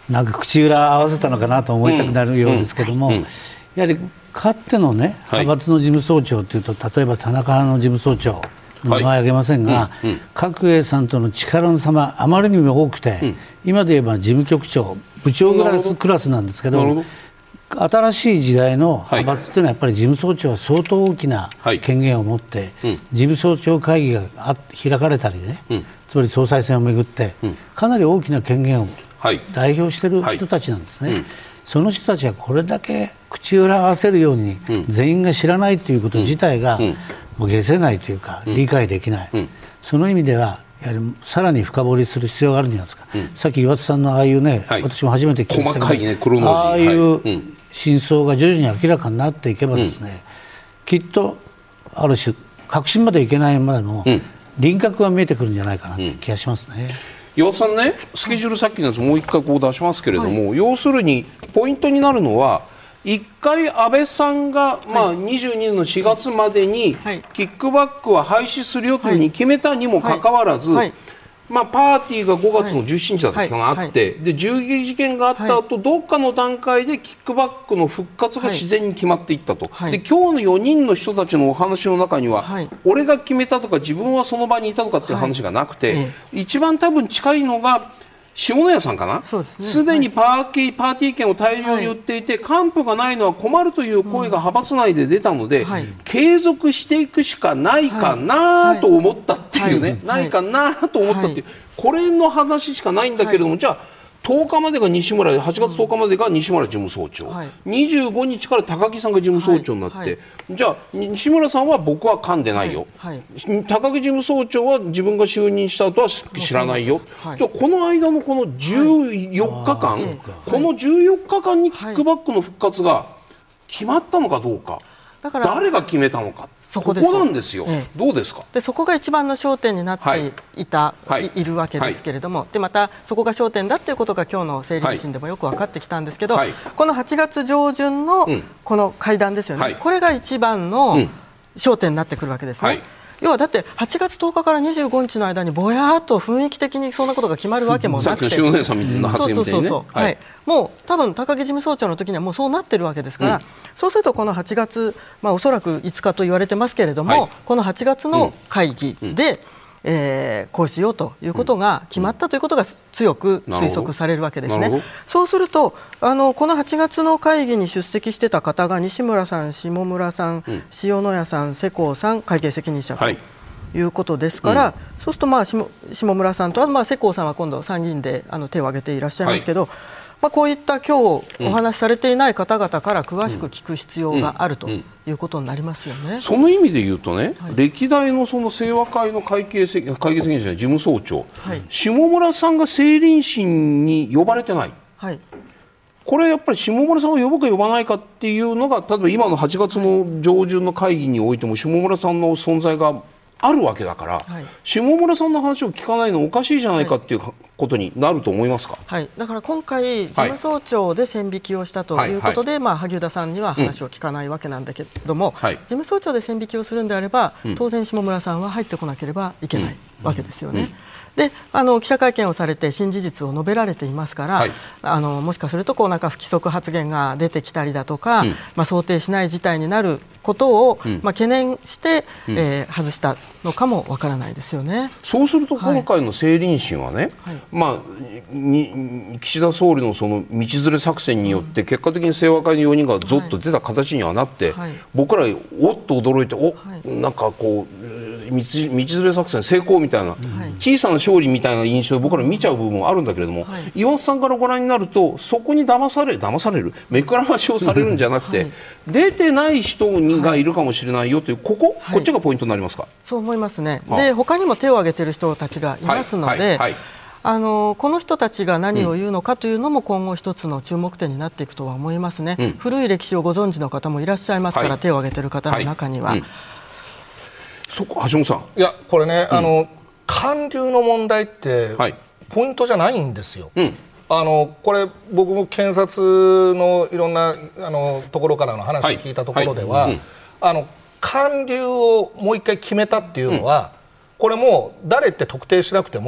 なんか口裏合わせたのかなと思いたくなるようですけども、うんうん、やはりかつてのね、はい、派閥の事務総長というと、例えば田中の事務総長、名前挙げませんが、はいうんうん、角栄さんとの力の差があまりにも多くて、うん、今で言えば事務局長、部長クラス、クラスなんですけど、新しい時代の派閥というのは、やっぱり事務総長は相当大きな権限を持って、はいうん、事務総長会議が開かれたりね、うん、つまり総裁選をめぐって、うん、かなり大きな権限を代表している人たちなんですね。はいうん、その人たちがこれだけ口裏合わせるように、うん、全員が知らないということ自体が、うん、もう解せないというか、うん、理解できない、うん、その意味ではやはりさらに深掘りする必要があるんじゃないですか。うん、さっき岩田さんのああいうね、はい、私も初めて聞きましたけど、細かいね、クロノロジー、ああいう真相が徐々に明らかになっていけばですね、うん、きっとある種確信までいけないまでも、うん、輪郭が見えてくるんじゃないかなって気がしますね。 うん、岩田さんね、スケジュールさっきのやつもう一回こう出しますけれども、はい、要するにポイントになるのは、一回安倍さんが、まあ、にじゅうにねんのしがつまでにキックバックは廃止するよというふうに決めたにもかかわらず、まあ、パーティーがごがつのじゅうしちにちだった時があって、で銃撃事件があった後、どっかの段階でキックバックの復活が自然に決まっていったと。で今日のよにんの人たちのお話の中には、俺が決めたとか自分はその場にいたとかっていう話がなくて、一番多分近いのが塩谷さんかな、すで、ね、にパーキー、パーティー券を大量に売っていて、はい、還付がないのは困るという声が派閥内で出たので、うんはい、継続していくしかないかなと思ったっていうね、はいはい、ないかなと思ったっていう、はい、これの話しかないんだけれども、はい、じゃあとおかまでが西村、はちがつとおかまでが西村事務総長、はい、にじゅうごにちから高木さんが事務総長になって、はいはい、じゃあ西村さんは僕は噛んでないよ、はいはい、高木事務総長は自分が就任した後は知らないよ、はい、じゃあこの間のこのじゅうよっかかん、はい、このじゅうよっかかんにキックバックの復活が決まったのかどうか、だから誰が決めたのか、そこなんですよ、ええ、どうですか。 でそこが一番の焦点になっていた、はい、い, いるわけですけれども、はい、でまたそこが焦点だということが今日の政理維新でもよく分かってきたんですけど、はい、このはちがつ上旬のこの会談ですよね、はい、これが一番の焦点になってくるわけですね、はい、要はだってはちがつとおかからにじゅうごにちの間にぼやっと雰囲気的にそんなことが決まるわけもなくて、 さっきの塩谷さんの発言みたいにね、 もう多分高木事務総長の時にはもうそうなってるわけですから、うん、そうするとこのはちがつ、まあ、おそらくいつかと言われてますけれども、はい、このはちがつの会議で、うん、えー、こうしようということが決まったということが強く推測されるわけですね。そうするとあのこのはちがつの会議に出席してた方が西村さん、下村さん、うん、塩谷さん、世耕さん、会計責任者と、はい、いうことですから、うん、そうするとまあ 下, 下村さんとは、まあ、世耕さんは今度参議院であの手を挙げていらっしゃいますけど、はい、まあ、こういった今日お話しされていない方々から詳しく聞く必要があるということになりますよね。うんうんうん、 その意味で言うとね、はい、歴代のその清和会の会計責会計責任者の事務総長、はい、下村さんが政倫審に呼ばれてない、はい、これやっぱり下村さんを呼ぶか呼ばないかっていうのが、例えば今のはちがつの上旬の会議においても下村さんの存在があるわけだから、はい、下村さんの話を聞かないのおかしいじゃないかっていうことになると思いますか。 はい、だから今回事務総長で線引きをしたということで、はいはい、まあ、萩生田さんには話を聞かないわけなんだけども、うん、はい、事務総長で線引きをするんであれば、うん、当然下村さんは入ってこなければいけないわけですよね。うんうんうん、であの記者会見をされて新事実を述べられていますから、はい、あのもしかするとこうなんか不規則発言が出てきたりだとか、うん、まあ、想定しない事態になることを、うん、まあ、懸念して、うん、えー、外したのかもわからないですよね。 そうすると今回の政倫審はね、はい、まあ、に岸田総理のその道連れ作戦によって結果的に清和会のよにんがゾッと出た形にはなって、はい、僕らおっと驚いて、お、はい、なんかこう道連れ作戦成功みたいな、はい、小さな勝利みたいな印象で僕ら見ちゃう部分もあるんだけれども、はい、岩田さんからご覧になるとそこに騙され騙される目くらましをされるんじゃなくて、はい、出てない人がいるかもしれないよという、ここ、はい、こっちがポイントになりますか。 そう思いますね。で他にも手を挙げている人たちがいますので、はいはいはい、あのこの人たちが何を言うのかというのも今後一つの注目点になっていくとは思いますね。うん、古い歴史をご存知の方もいらっしゃいますから、はい、手を挙げている方の中には、はい、うん、 そこ橋本さん、 いやこれね、うん、あの韓流の問題ってポイントじゃないんですよ。うん、あのこれ僕も検察のいろんなあのところからの話を聞いたところでは、はいはい、うん、あの韓流をもう一回決めたっていうのは、うん、これもう誰って特定しなくても、うん、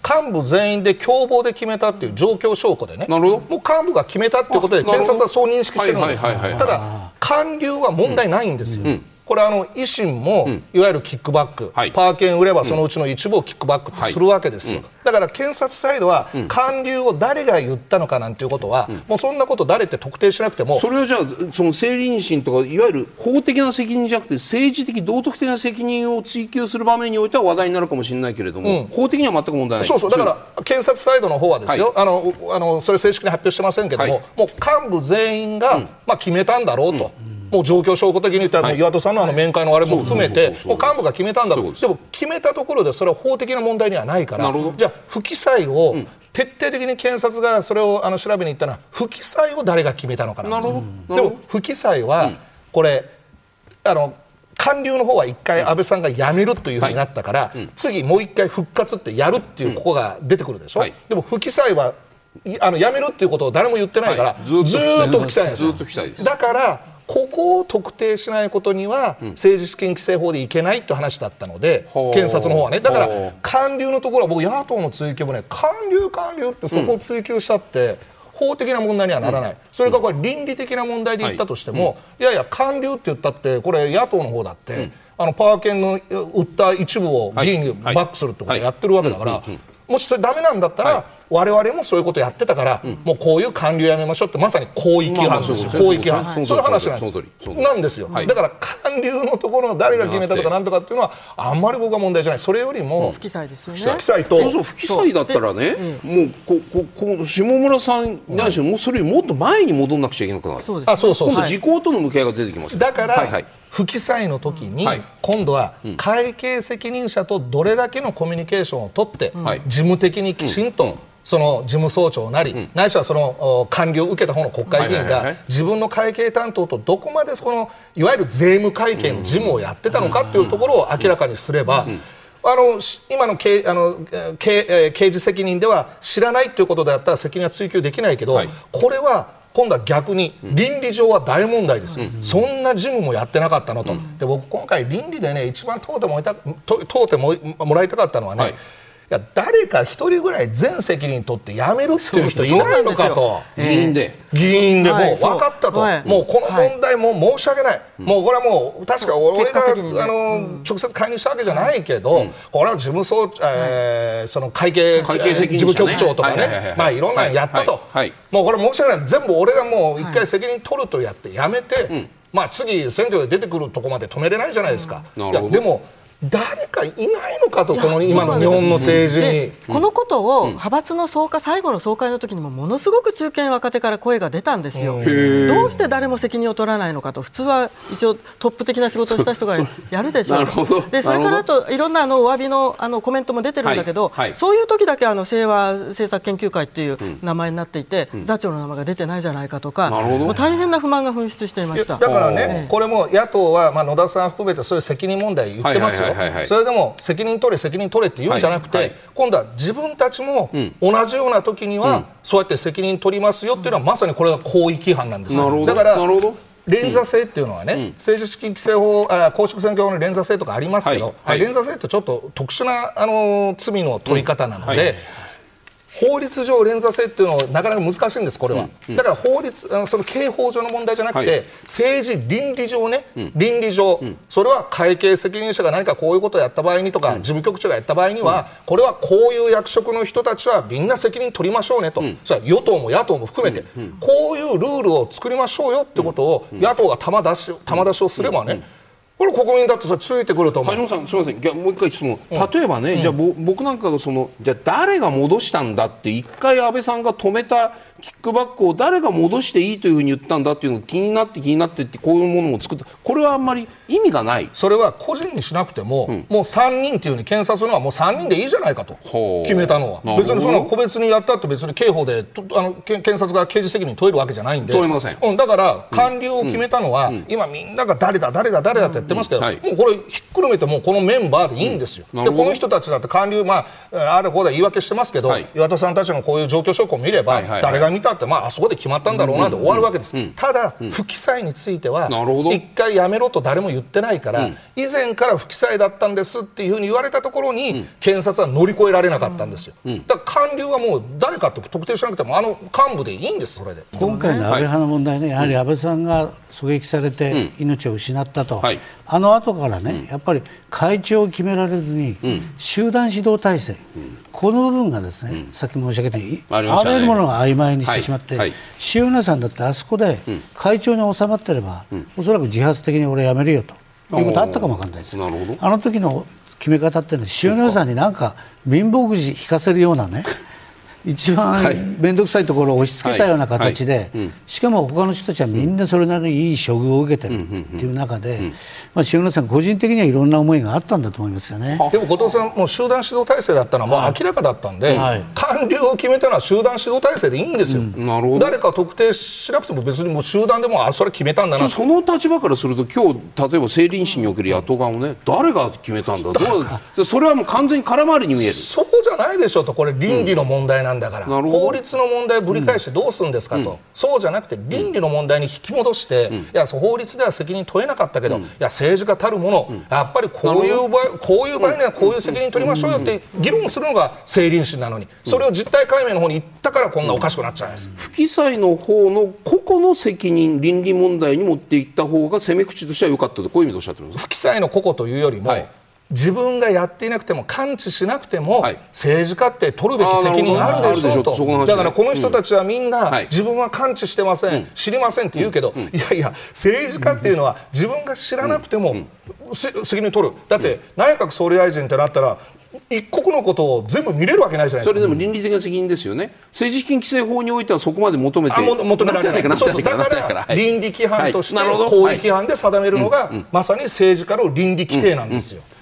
幹部全員で共謀で決めたっていう状況証拠でね、 なるほど、 もう幹部が決めたっていうことで検察はそう認識してるんです。ただ官僚は問題ないんですよ。うんうん、これあの維新も、うん、いわゆるキックバック、はい、パー券売ればそのうちの一部をキックバックってするわけですよ。はい、うん、だから検察サイドは、うん、官僚を誰が言ったのかなんていうことは、うん、もうそんなこと誰って特定しなくても、 それはじゃあその政倫審とかいわゆる法的な責任じゃなくて政治的道徳的な責任を追及する場面においては話題になるかもしれないけれども、うん、法的には全く問題ない。 そうそう、だから検察サイドの方はですよ、はい、あのあのそれ正式に発表してませんけども、はい、もう幹部全員が、うん、まあ、決めたんだろうと。うん、もう状況証拠的に言ったら、はい、岩戸さんのあの面会のあれも含めて、もう幹部が決めたんだろう。でも決めたところでそれは法的な問題にはないから、じゃあ不記載を徹底的に検察がそれをあの調べに行ったのは不記載を誰が決めたのかなんですよ。でも不記載はこれ、あの官僚の方は一回安倍さんが辞めるというふうになったから、はい、次もう一回復活ってやるっていうここが出てくるでしょ。はい、でも不記載はあの辞めるっていうことを誰も言ってないから、はい、ずーっと不記載なんです。だからここを特定しないことには、うん、政治資金規正法でいけないって話だったので、検察の方はね。だから官僚のところは僕野党の追及もね、官僚官僚ってそこを追及したって、うん、法的な問題にはならない、うん、それからこれ倫理的な問題で言ったとしても、はい、いやいや官僚って言ったってこれ野党の方だって、うん、あのパー券の売った一部を議員にバックするってことをやってるわけだから、もしそれダメなんだったら、はい、我々もそういうことやってたから、うん、もうこういう官僚やめましょうってまさに広域違反ですよ。広域違反、そういう話なんですなんですよ。だから官僚のところの誰が決めたとかなんとかっていうのはあんまり僕は問題じゃない。それよりも不記載ですよね。 不記載とそうそう不記載だったらね、もうこここ下村さんに関してもうそれよりもっと前に戻んなくちゃいけなくなる。 そうです。あ、そうそう。 今度時効との向き合いが出てきます。 だから、はいはい、不記載の時に、はい、今度は会計責任者とどれだけのコミュニケーションを取って、はい、事務的にきちんと、うん、その事務総長なり、うん、ないしはその官僚を受けた方の国会議員が自分の会計担当とどこまでそのいわゆる税務会計の事務をやってたのかというところを明らかにすれば、あの今の 刑, あの 刑, 刑事責任では知らないということであったら責任は追及できないけど、はい、これは今度は逆に倫理上は大問題ですよ、うん、そんな事務もやってなかったのと、うん、で僕今回倫理でね一番問うてもらいた問うてもらいたかったのはね、はい、いや誰か一人ぐらい全責任取って辞めるっていう人いないのかと。 議員で議員でもう分かったと、はい、もうこの問題も申し訳ない、はい、もうこれはもう確か俺が、あの、うん、直接介入したわけじゃないけど、うん、これは事務総、えー、その会計、会計責任者ね、事務局長とかね、まあいろんなのやったと、はいはいはい、もうこれ申し訳ない、全部俺がもう一回責任取るとやってやめて、はい、まあ次選挙で出てくるとこまで止めれないじゃないですか、うん、いやでも誰かいないのかと、この今の日本の政治に、 うん、このことを派閥の総会、最後の総会の時にもものすごく中堅若手から声が出たんですよ。どうして誰も責任を取らないのかと。普通は一応トップ的な仕事をした人がやるでしょうで、それからあといろんなあのお詫び の, あのコメントも出てるんだけど、はいはい、そういう時だけあの清和政策研究会っていう名前になっていて、うん、座長の名前が出てないじゃないかとか、もう大変な不満が噴出していました。 だからね、ええ、これも野党は、まあ、野田さん含めてそういう責任問題言ってますよ。それでも責任取れ責任取れって言うんじゃなくて、はいはい、今度は自分たちも同じような時には、うん、そうやって責任取りますよっていうのは、まさにこれが広域違反なんですよ。だから連座制っていうのはね、うん、政治資金規正法、あ公職選挙法の連座制とかありますけど、はいはい、連座制ってちょっと特殊な、あのー、罪の取り方なので、うんはい、法律上連座制っていうのはなかなか難しいんです、これは、うんうん、だから法律、あのその刑法上の問題じゃなくて、はい、政治倫理上ね、うん、倫理上、うん、それは会計責任者が何かこういうことをやった場合にとか、うん、事務局長がやった場合には、うん、これはこういう役職の人たちはみんな責任取りましょうねと、うん、それは与党も野党も含めて、うんうん、こういうルールを作りましょうよってことを、うん、野党が玉出し、玉出しをすればね、うんうん、これ国民だってそれついてくると思う。 橋本さん、すみません、じゃあもう一回質問、うん、例えばね、うん、じゃあ僕なんかがそのじゃあ誰が戻したんだって一回安倍さんが止めたキックバックを誰が戻していいというふうに言ったんだっていうのが気になって気になってってこういうものも作った、これはあんまり意味がない。 それは個人にしなくても、うん、もうさんにんっていうふうに検察のはもうさんにんでいいじゃないかと決めたのは、別にその個別にやったって別に刑法であの検察が刑事責任問えるわけじゃないんで、 問えません、 うん、だから官僚を決めたのは、うん、今みんなが誰だ誰だ誰だって言ってますけど、うんうんはい、もうこれひっくるめてもうこのメンバーでいいんですよ、うん、でこの人たちだって官僚、まああれこうだ言い訳してますけど、はい、岩田さんたちのこういう状況証拠を見れば、はいはいはい、誰が見たって、まあ、あそこで決まったんだろうなで終わるわけです、うんうん、ただ、うん、不記載については一回やめろと誰も言ってないから、うん、以前から不記載だったんですっていうふうに言われたところに、うん、検察は乗り越えられなかったんですよ、うん、だから官僚はもう誰かって特定しなくてもあの幹部でいいんです。それで今回の安倍派の問題ね、やはり安倍さんが狙撃されて命を失ったと、うんはい、あの後からね、うん、やっぱり会長を決められずに、うん、集団指導体制、うん、この部分がですね、うん、さっき申し上げたように、あらゆるものが曖昧にしてしまって、はいはい、塩谷さんだってあそこで会長に収まってれば、うん、おそらく自発的に俺辞めるよということあったかもわかんないです。なるほど。あの時の決め方っていうのは塩谷さんになんか貧乏くじ引かせるようなね一番面倒くさいところを押し付けたような形で、しかも他の人たちはみんなそれなりにいい処遇を受けてるっていう中で、まあ、塩谷さん個人的にはいろんな思いがあったんだと思いますよね。 でも後藤さん、もう集団指導体制だったのはもう明らかだったんで、はい、官僚を決めたのは集団指導体制でいいんですよ、うん、なるほど。誰か特定しなくても別にもう集団でもあそれ決めたんだな。 その立場からすると今日例えば政倫審における野党側をね、誰が決めたんだ、どうそれはもう完全に空回りに見える。 そこじゃないでしょと、これ倫理の問題なんだから、うん、なるほど。法律の問題をぶり返してどうするんですかと、うん、そうじゃなくて倫理の問題に引き戻して、うん、いや法律では責任問えなかったけど、うん、いや政治家たるもの、うん、やっぱりこういう場合、こういう場合にはこういう責任取りましょうよって議論するのが政倫審なのに、それを実態解明の方に行ったからこんなおかしくなっちゃうんです、うん、 不記載の方の個々の責任、倫理問題に持っていった方が攻め口としては良かったと、こういう意味でおっしゃってるんですか。 不記載の個々というよりも、はい、自分がやっていなくても関知しなくても、はい、政治家って取るべき責任あるでしょうと。だからこの人たちはみんな、うん、自分は関知してません、うん、知りませんって言うけど、うん、いやいや政治家っていうのは自分が知らなくても、うん、責任取る。だって、うん、内閣総理大臣ってなったら一国のことを全部見れるわけないじゃないですか。 それでも倫理的な責任ですよね。政治資金規正法においてはそこまで求めて求められないから、そうそう、だから倫理規範として行為規範で定めるのが、はい、まさに政治家の倫理規定なんですよ。うんうん。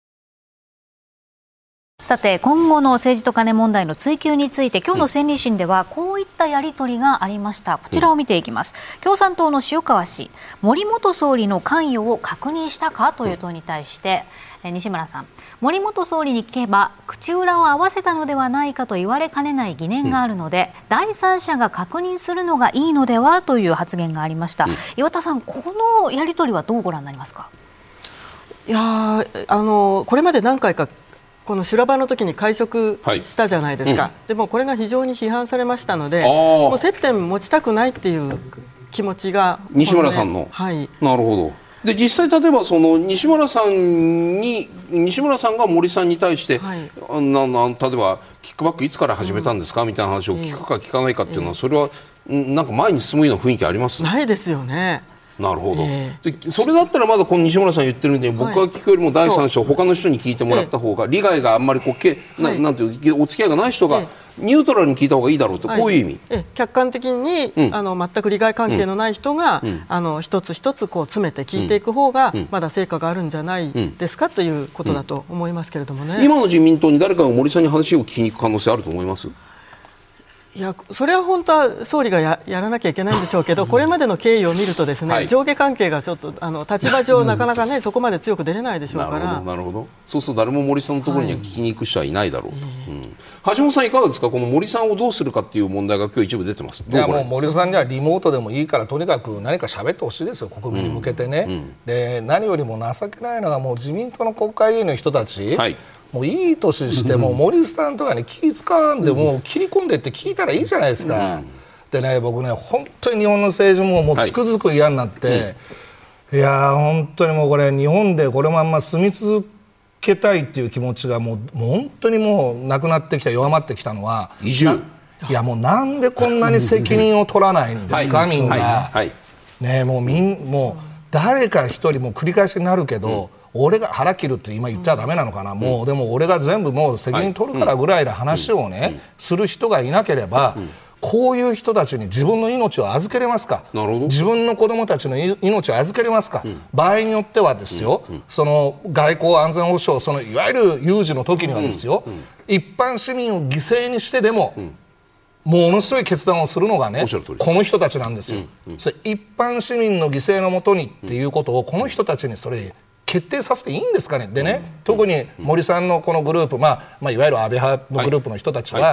さて今後の政治とカネ問題の追及について今日の政倫審ではこういったやり取りがありました。こちらを見ていきます。共産党の塩川氏、森元総理の関与を確認したかという問いに対して西村さん、森元総理に聞けば口裏を合わせたのではないかと言われかねない疑念があるので、うん、第三者が確認するのがいいのではという発言がありました、うん、岩田さん、このやり取りはどうご覧になりますか。 いやあのこれまで何回かこの修羅場の時に会食したじゃないですか、はいうん、でもこれが非常に批判されましたので、もう接点持ちたくないっていう気持ちが西村さんの、はい、なるほど。で実際例えばその西村さんに西村さんが森さんに対して、はい、なな例えばキックバックいつから始めたんですか、うん、みたいな話を聞くか聞かないかっていうのは、それはなんか前に進むような雰囲気あります？ ないですよね。 なるほど、えー、それだったらまだこの西村さん言ってるんで、僕が聞くよりも第三者を他の人に聞いてもらった方が、利害があんまりこうけ、はい、な, なんていうお付き合いがない人がニュートラルに聞いた方がいいだろうと、はい、こういう意味、 えー、客観的に、うん、あの全く利害関係のない人が、うん、あの一つ一つこう詰めて聞いていく方が、うん、まだ成果があるんじゃないですか、うん、ということだと思いますけれどもね。 今の自民党に誰かが森さんに話を聞きに行く可能性あると思います？ いやそれは本当は総理が や, やらなきゃいけないんでしょうけど、これまでの経緯を見るとですね、はい、上下関係がちょっとあの立場上なかなかね、うん、そこまで強く出れないでしょうから。 なるほど、なるほど。そうすると誰も森さんのところには聞きに行く人はいないだろうと、はいうん、橋本さんいかがですか。この森さんをどうするかっていう問題が今日一部出てます。 いやもう森さんにはリモートでもいいからとにかく何か喋ってほしいですよ、国民に向けてね、うんうん、で何よりも情けないのがもう自民党の国会議員の人たち、はいもういい年しても森さんとかに気使わんでもう切り込んでって聞いたらいいじゃないですか、うん、でね僕ね本当に日本の政治ももうつくづく嫌になって、はいうん、いや本当にもうこれ日本でこれまんま住み続けたいっていう気持ちがもう、もう本当にもうなくなってきた弱まってきたのは移住いやもうなんでこんなに責任を取らないんですか、はい、みんな、はいはいね、もうみんもう誰か一人もう繰り返しになるけど、うん俺が腹切るって今言っちゃダメなのかな、うん、もうでも俺が全部もう責任取るからぐらいの話をね、はいうん、する人がいなければ、うん、こういう人たちに自分の命を預けれますか。なるほど。自分の子供たちの命を預けれますか、うん、場合によってはですよ、うんうん、その外交安全保障そのいわゆる有事の時にはですよ、うんうん、一般市民を犠牲にしてでも、うんものすごい決断をするのがねこの人たちなんですよ、うんうん、それ一般市民の犠牲のもとにっていうことをこの人たちにそれ決定させていいんですかね。でね、うん、特に森さんのこのグループ、まあまあ、いわゆる安倍派のグループの人たちは、はいはい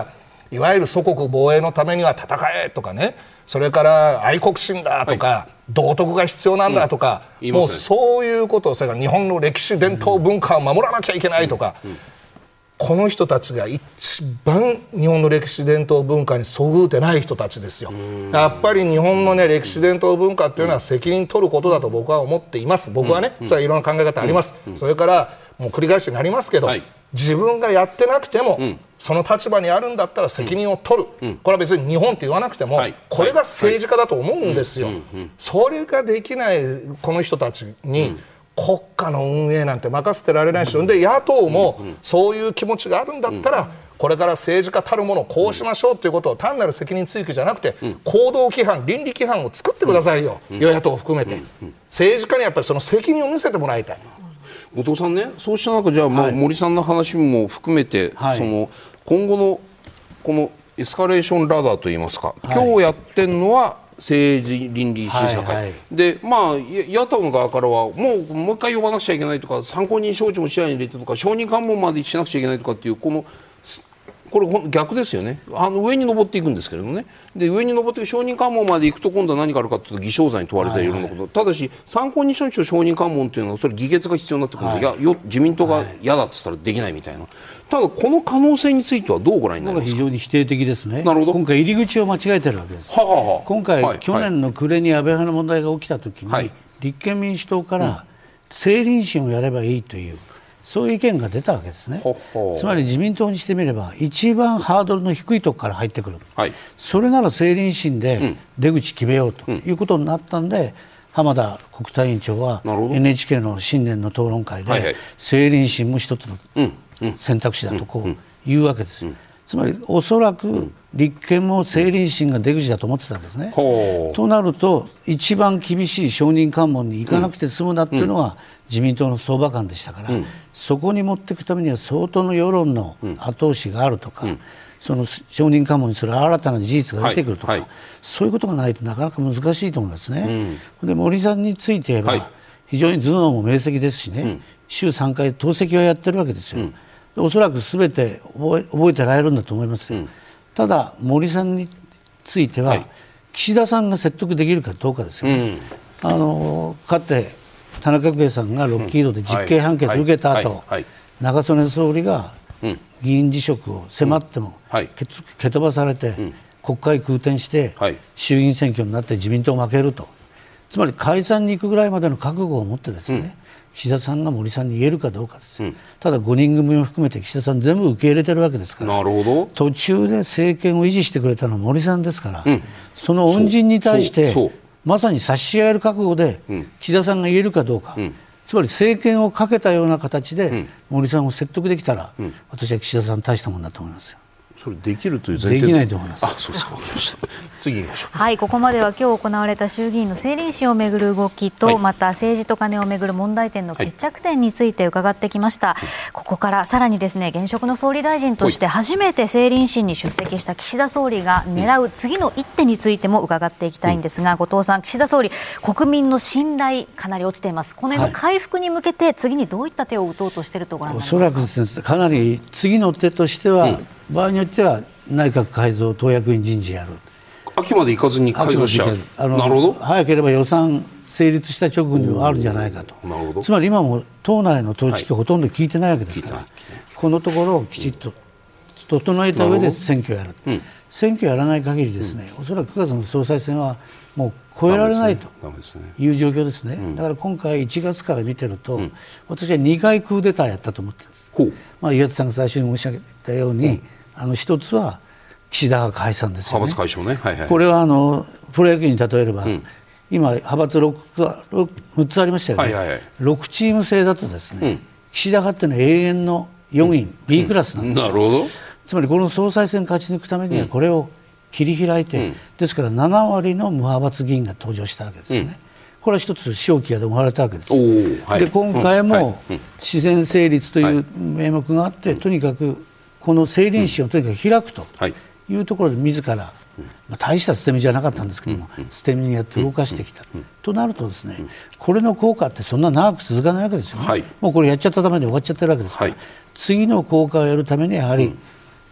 いわゆる祖国防衛のためには戦えとかね、それから愛国心だとか、はい、道徳が必要なんだとか、うん、もうそういうことを、それから日本の歴史伝統文化を守らなきゃいけないとか、うんうん、この人たちが一番日本の歴史伝統文化にそぐうてない人たちですよ。やっぱり日本の、ね、歴史伝統文化っていうのは責任取ることだと僕は思っています。僕はね、それはいろんな考え方あります。それからもう繰り返しになりますけど、はい、自分がやってなくても、うん、その立場にあるんだったら責任を取る、うん、これは別に日本って言わなくても、はい、これが政治家だと思うんですよ。それができないこの人たちに、うん、国家の運営なんて任せてられないし、うん、で野党もそういう気持ちがあるんだったら、うん、これから政治家たるものをこうしましょうということを単なる責任追及じゃなくて、うん、行動規範、倫理規範を作ってくださいよ、うん、与野党を含めて、うんうん、政治家にやっぱりその責任を見せてもらいたい。 後藤さんね、そうした中じゃあ、まあはい、森さんの話も含めて、はい、その今後のこのエスカレーションラダーといいますか、はい、今日やってるのは政治倫理審査会、はいはい、でまあ野党の側からはもうもう一回呼ばなくちゃいけないとか、参考人招致も視野に入れてとか、証人喚問までしなくちゃいけないとかっていう、このこれ逆ですよね。あの上に登っていくんですけれどもね、で上に登っていく証人喚問まで行くと今度は何があるかというと偽証罪に問われたりいろんなこと、はいはい、ただし参考人招致と証人喚問というのはそれ議決が必要になってくるので、はい、やよ自民党が嫌だって言ったらできないみたいな、ただこの可能性についてはどうご覧になりますか。 非常に否定的ですね。 なるほど。 今回入り口を間違えてるわけです。ははは今回、はい、去年の暮れに安倍派の問題が起きたときに、はい、立憲民主党から政倫審をやればいいという、そういう意見が出たわけですね。ほほつまり自民党にしてみれば一番ハードルの低いところから入ってくる、はい、それなら政倫審で出口決めようということになったんで、うん、浜田国対委員長は エヌエイチケー の新年の討論会で、はいはい、政倫審も一つの選択肢だとこう言うわけです、うんうん、つまりおそらく立憲も政倫審が出口だと思ってたんですね、うん、となると一番厳しい証人喚問に行かなくて済むなっていうのが自民党の相場感でしたから、うん、そこに持っていくためには相当の世論の後押しがあるとか、うん、その証人喚問にする新たな事実が出てくるとか、はいはい、そういうことがないとなかなか難しいと思いますね、うん、で森さんについて言えば、はい、非常に頭脳も明晰ですしね、うん、週さんかい党籍はやってるわけですよ、うん、おそらくすべて覚え、覚えてられるんだと思いますよ、うん、ただ森さんについては、はい、岸田さんが説得できるかどうかですよね、うん、あのかつて田中角栄さんがロッキードで実刑判決を受けた後、中曽根総理が議員辞職を迫っても蹴飛ばされて国会空転して衆議院選挙になって自民党負けると、つまり解散に行くぐらいまでの覚悟を持ってですね、岸田さんが森さんに言えるかどうかです、うん、ただごにん組も含めて岸田さん全部受け入れてるわけですから、 なるほど、 途中で政権を維持してくれたのは森さんですから、うん、その恩人に対してまさに差し合える覚悟で岸田さんが言えるかどうか、うん、つまり政権をかけたような形で森さんを説得できたら、うん、私は岸田さん大したもんだと思いますよ。 それできるという前提できないと思います。 あ、そうですか。次行きましょう。 はい、ここまでは今日行われた衆議院の政倫審をめぐる動きと、はい、また政治とカネをめぐる問題点の決着点について伺ってきました、はい、ここからさらにですね、現職の総理大臣として初めて政倫審に出席した岸田総理が狙う次の一手についても伺っていきたいんですが、うん、後藤さん、岸田総理国民の信頼かなり落ちています。この辺の回復に向けて次にどういった手を打とうとしているとご覧になりますか。 おそらくですね、かなり次の手としては、うん、場合によっては内閣改造、党役員人事やる、 秋まで行かずに改造しちゃう。あのなるほど。 早ければ予算成立した直後にもあるんじゃないかと。なるほど。つまり今も党内の統一機ほとんど聞いてないわけですから、はい、このところをきちっと整えた上で選挙をやる、うん、選挙をやらない限りですね、うん、おそらくくがつの総裁選はもう超えられないという状況ですね。うん、だから今回いちがつから見てると、うん、私はにかいクーデターやったと思ってるんです。まあ、岩田さんが最初に申し上げたように、うん、あの一つは岸田派解散ですよね。 派閥解消ね。はいはい、 これはあのプロ野球に例えれば、うん、今派閥 ろく, むっつありましたよね、はいはいはい、ろくチーム制だとですね、うん、岸田派っていうのは永遠のよにん、うん、B クラスなんですよ、 うん、なるほど。 つまりこの総裁選勝ち抜くためにはこれを切り開いて、うん、ですからななわりの無派閥議員が登場したわけですよね、うん、これは一つ正気が生まれたわけです。はい、で今回も自然成立という名目があって、はい、とにかくこの政倫審をとにかく開くというところで自ら、まあ、大した捨て身じゃなかったんですけども、捨て身にやって動かしてきたとなるとですね、これの効果ってそんな長く続かないわけですよね、はい、もうこれやっちゃったために終わっちゃってるわけですから、はい、次の効果をやるためにやはり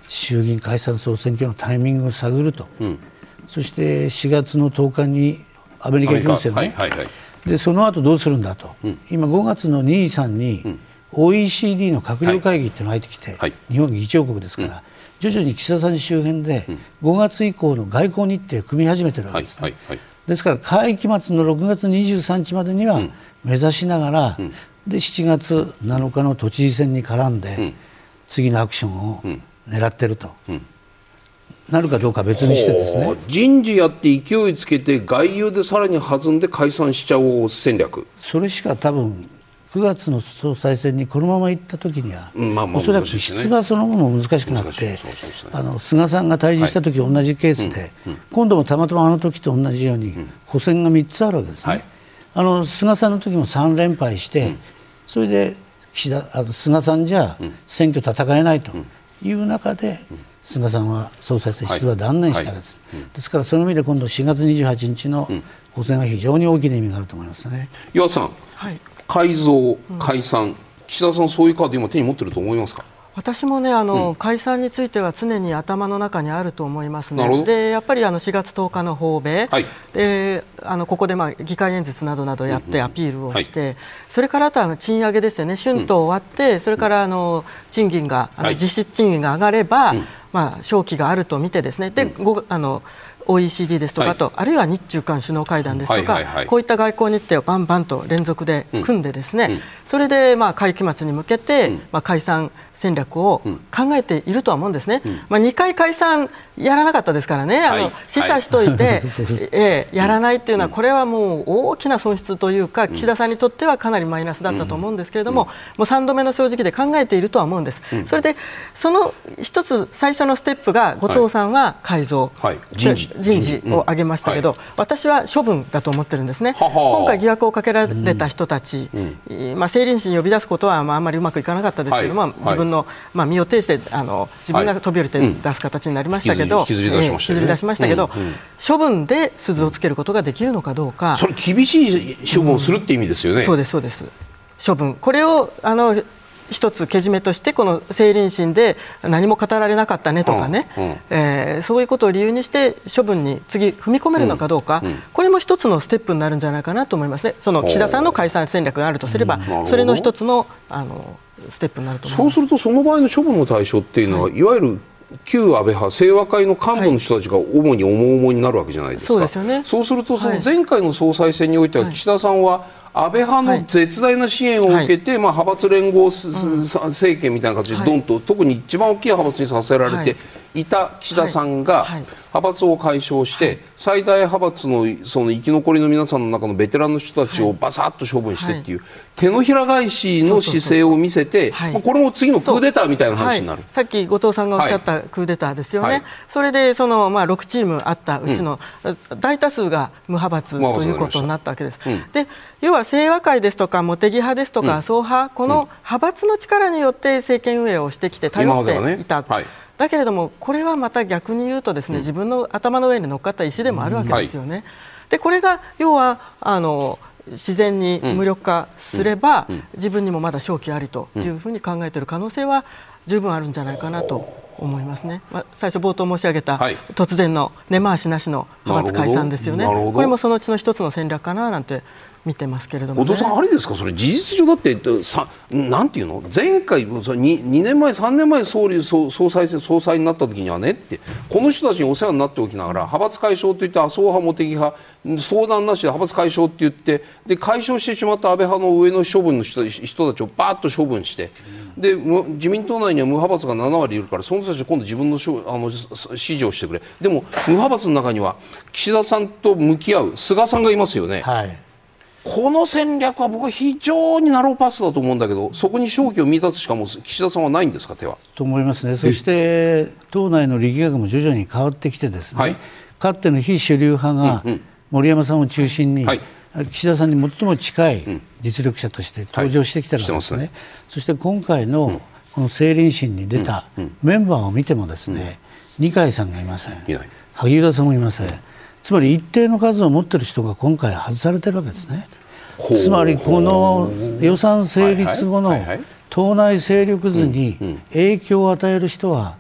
衆議院解散総選挙のタイミングを探ると、うん、そしてしがつのとおかにアメリカ行きますよね、はいはいはい、でその後どうするんだと、うん、今ごがつのに、さんに、うん、オーイーシーディー の閣僚会議っていうのが入ってきて、はい、日本議長国ですから、うん、徐々に岸田さん周辺でごがつ以降の外交日程を組み始めてるわけですね、はいはいはい、ですから会期末のろくがつにじゅうさんにちまでには目指しながら、うん、でしちがつなのかの都知事選に絡んで、うん、次のアクションを狙ってると、うん、なるかどうか別にしてですね、 人事やって勢いつけて外遊でさらに弾んで解散しちゃおう戦略、 それしか多分くがつの総裁選にこのまま行った時には、まあまあおそらく出馬そのものも難しくなって、あの菅さんが退陣した時同じケースで、はいうんうん、今度もたまたまあの時と同じように補選がみっつあるわけですね、はい、あの菅さんの時もさん連敗して、うん、それで岸田あの菅さんじゃ選挙戦えないという中で、うん、菅さんは総裁選出馬断念したわけです、はいはい、ですからその意味で今度しがつにじゅうはちにちの補選は非常に大きな意味があると思いますね。 岩田さん、はい、改造、解散、うん、岸田さんそういうカード今手に持ってると思いますか？ 私もねあの、うん、解散については常に頭の中にあると思いますね。でやっぱりあのしがつとおかの訪米、はい、であのここでまあ議会演説などなどやってアピールをして、うんうんはい、それからあとは賃上げですよね。春闘終わって、うん、それからあの賃金があの実質賃金が上がれば、はいまあ、勝機があると見てですねで、うん、あのオーイーシーディー ですとかと、はい、あるいは日中韓首脳会談ですとか、はいはいはい、こういった外交日程をバンバンと連続で組んでですね、うん、それでまあ会期末に向けて、うんまあ、解散戦略を考えているとは思うんですね、うんまあ、にかい解散やらなかったですからね、はい、あの示唆しといて、はいえー、やらないっていうのはこれはもう大きな損失というか、うん、岸田さんにとってはかなりマイナスだったと思うんですけれども、うん、もうさんどめの正直で考えているとは思うんです、うん、それでその一つ最初のステップが後藤さんは改造、はいはい、人事人事を挙げましたけど、うんはい、私は処分だと思ってるんですね。はは今回疑惑をかけられた人たち、うんまあ、政倫審呼び出すことはまああんまりうまくいかなかったですけども、はい、自分の、まあ、身を挺してあの自分が飛び降りて出す形になりましたけど、 引きずり出しましたよね。 引きずり出しましたけど、うんうん、処分で鈴をつけることができるのかどうか、 それ厳しい処分をするって意味ですよね、 うん、そうですそうです。処分これをあの一つけじめとしてこの政倫審で何も語られなかったねとかね、うんうんえー、そういうことを理由にして処分に次踏み込めるのかどうか、うんうん、これも一つのステップになるんじゃないかなと思いますね。その岸田さんの解散戦略があるとすれば、うん、それの一つの、あのステップになると思います。 そうするとその場合の処分の対象っていうのは、はい、いわゆる旧安倍派、清和会の幹部の人たちが主に重々になるわけじゃないですか、はい、そうですよね。そうするとその前回の総裁選においては岸田さんは安倍派の絶大な支援を受けて、はいまあ、派閥連合、うん、政権みたいな形でどんと、はい、特に一番大きい派閥にさせられていた岸田さんが派閥を解消して、はい、最大派閥 の, その生き残りの皆さんの中のベテランの人たちをバサッと処分してっていう、はい、手のひら返しの姿勢を見せて、まあ、これも次のクーデターみたいな話になる、 はい、さっき後藤さんがおっしゃったクーデターですよね、はい、それでその、まあ、ろくチームあったうちの、うん、大多数が無派閥ということになったわけです、うん、で要は清和会ですとか茂木派ですとか麻生派、うん、この派閥の力によって政権運営をしてきて頼っていた、ねはい、だけれどもこれはまた逆に言うとですね、うん、自分の頭の上に乗っかった石でもあるわけですよね、うんはい、でこれが要はあの自然に無力化すれば、うんうん、自分にもまだ勝機ありというふうに考えている可能性は十分あるんじゃないかなと思いますね、まあ、最初冒頭申し上げた、はい、突然の根回しなしの派閥解散ですよね。これもそのうちの一つの戦略かななんて見てますけれども、ね、 後藤さんあれですか、それ事実上だってさなんていうの、前回それ 2, 2年前さんねんまえ総理 総, 総, 裁総裁になった時にはねってこの人たちにお世話になっておきながら派閥解消といって麻生派茂木派相談なしで派閥解消って言ってで解消してしまった安倍派の上の処分の 人, 人たちをバーッと処分して、うん、で自民党内には無派閥がななわりいるからその人たち今度自分のあの指示をしてくれ。でも無派閥の中には岸田さんと向き合う菅さんがいますよね、はい、この戦略は僕は非常にナローパスだと思うんだけど、そこに勝機を見出すしかも岸田さんはないんですか、手は。 と思いますね。そして党内の力学も徐々に変わってきてですね、はい、かつての非主流派が森山さんを中心に、はい、岸田さんに最も近い実力者として登場してきてるんですね、はい、そして今回のこの政倫審に出たメンバーを見てもですね、二階さんがいません、萩生田さんもいません。つまり一定の数を持っている人が今回外されているわけですね。つまりこの予算成立後の党内勢力図に影響を与える人は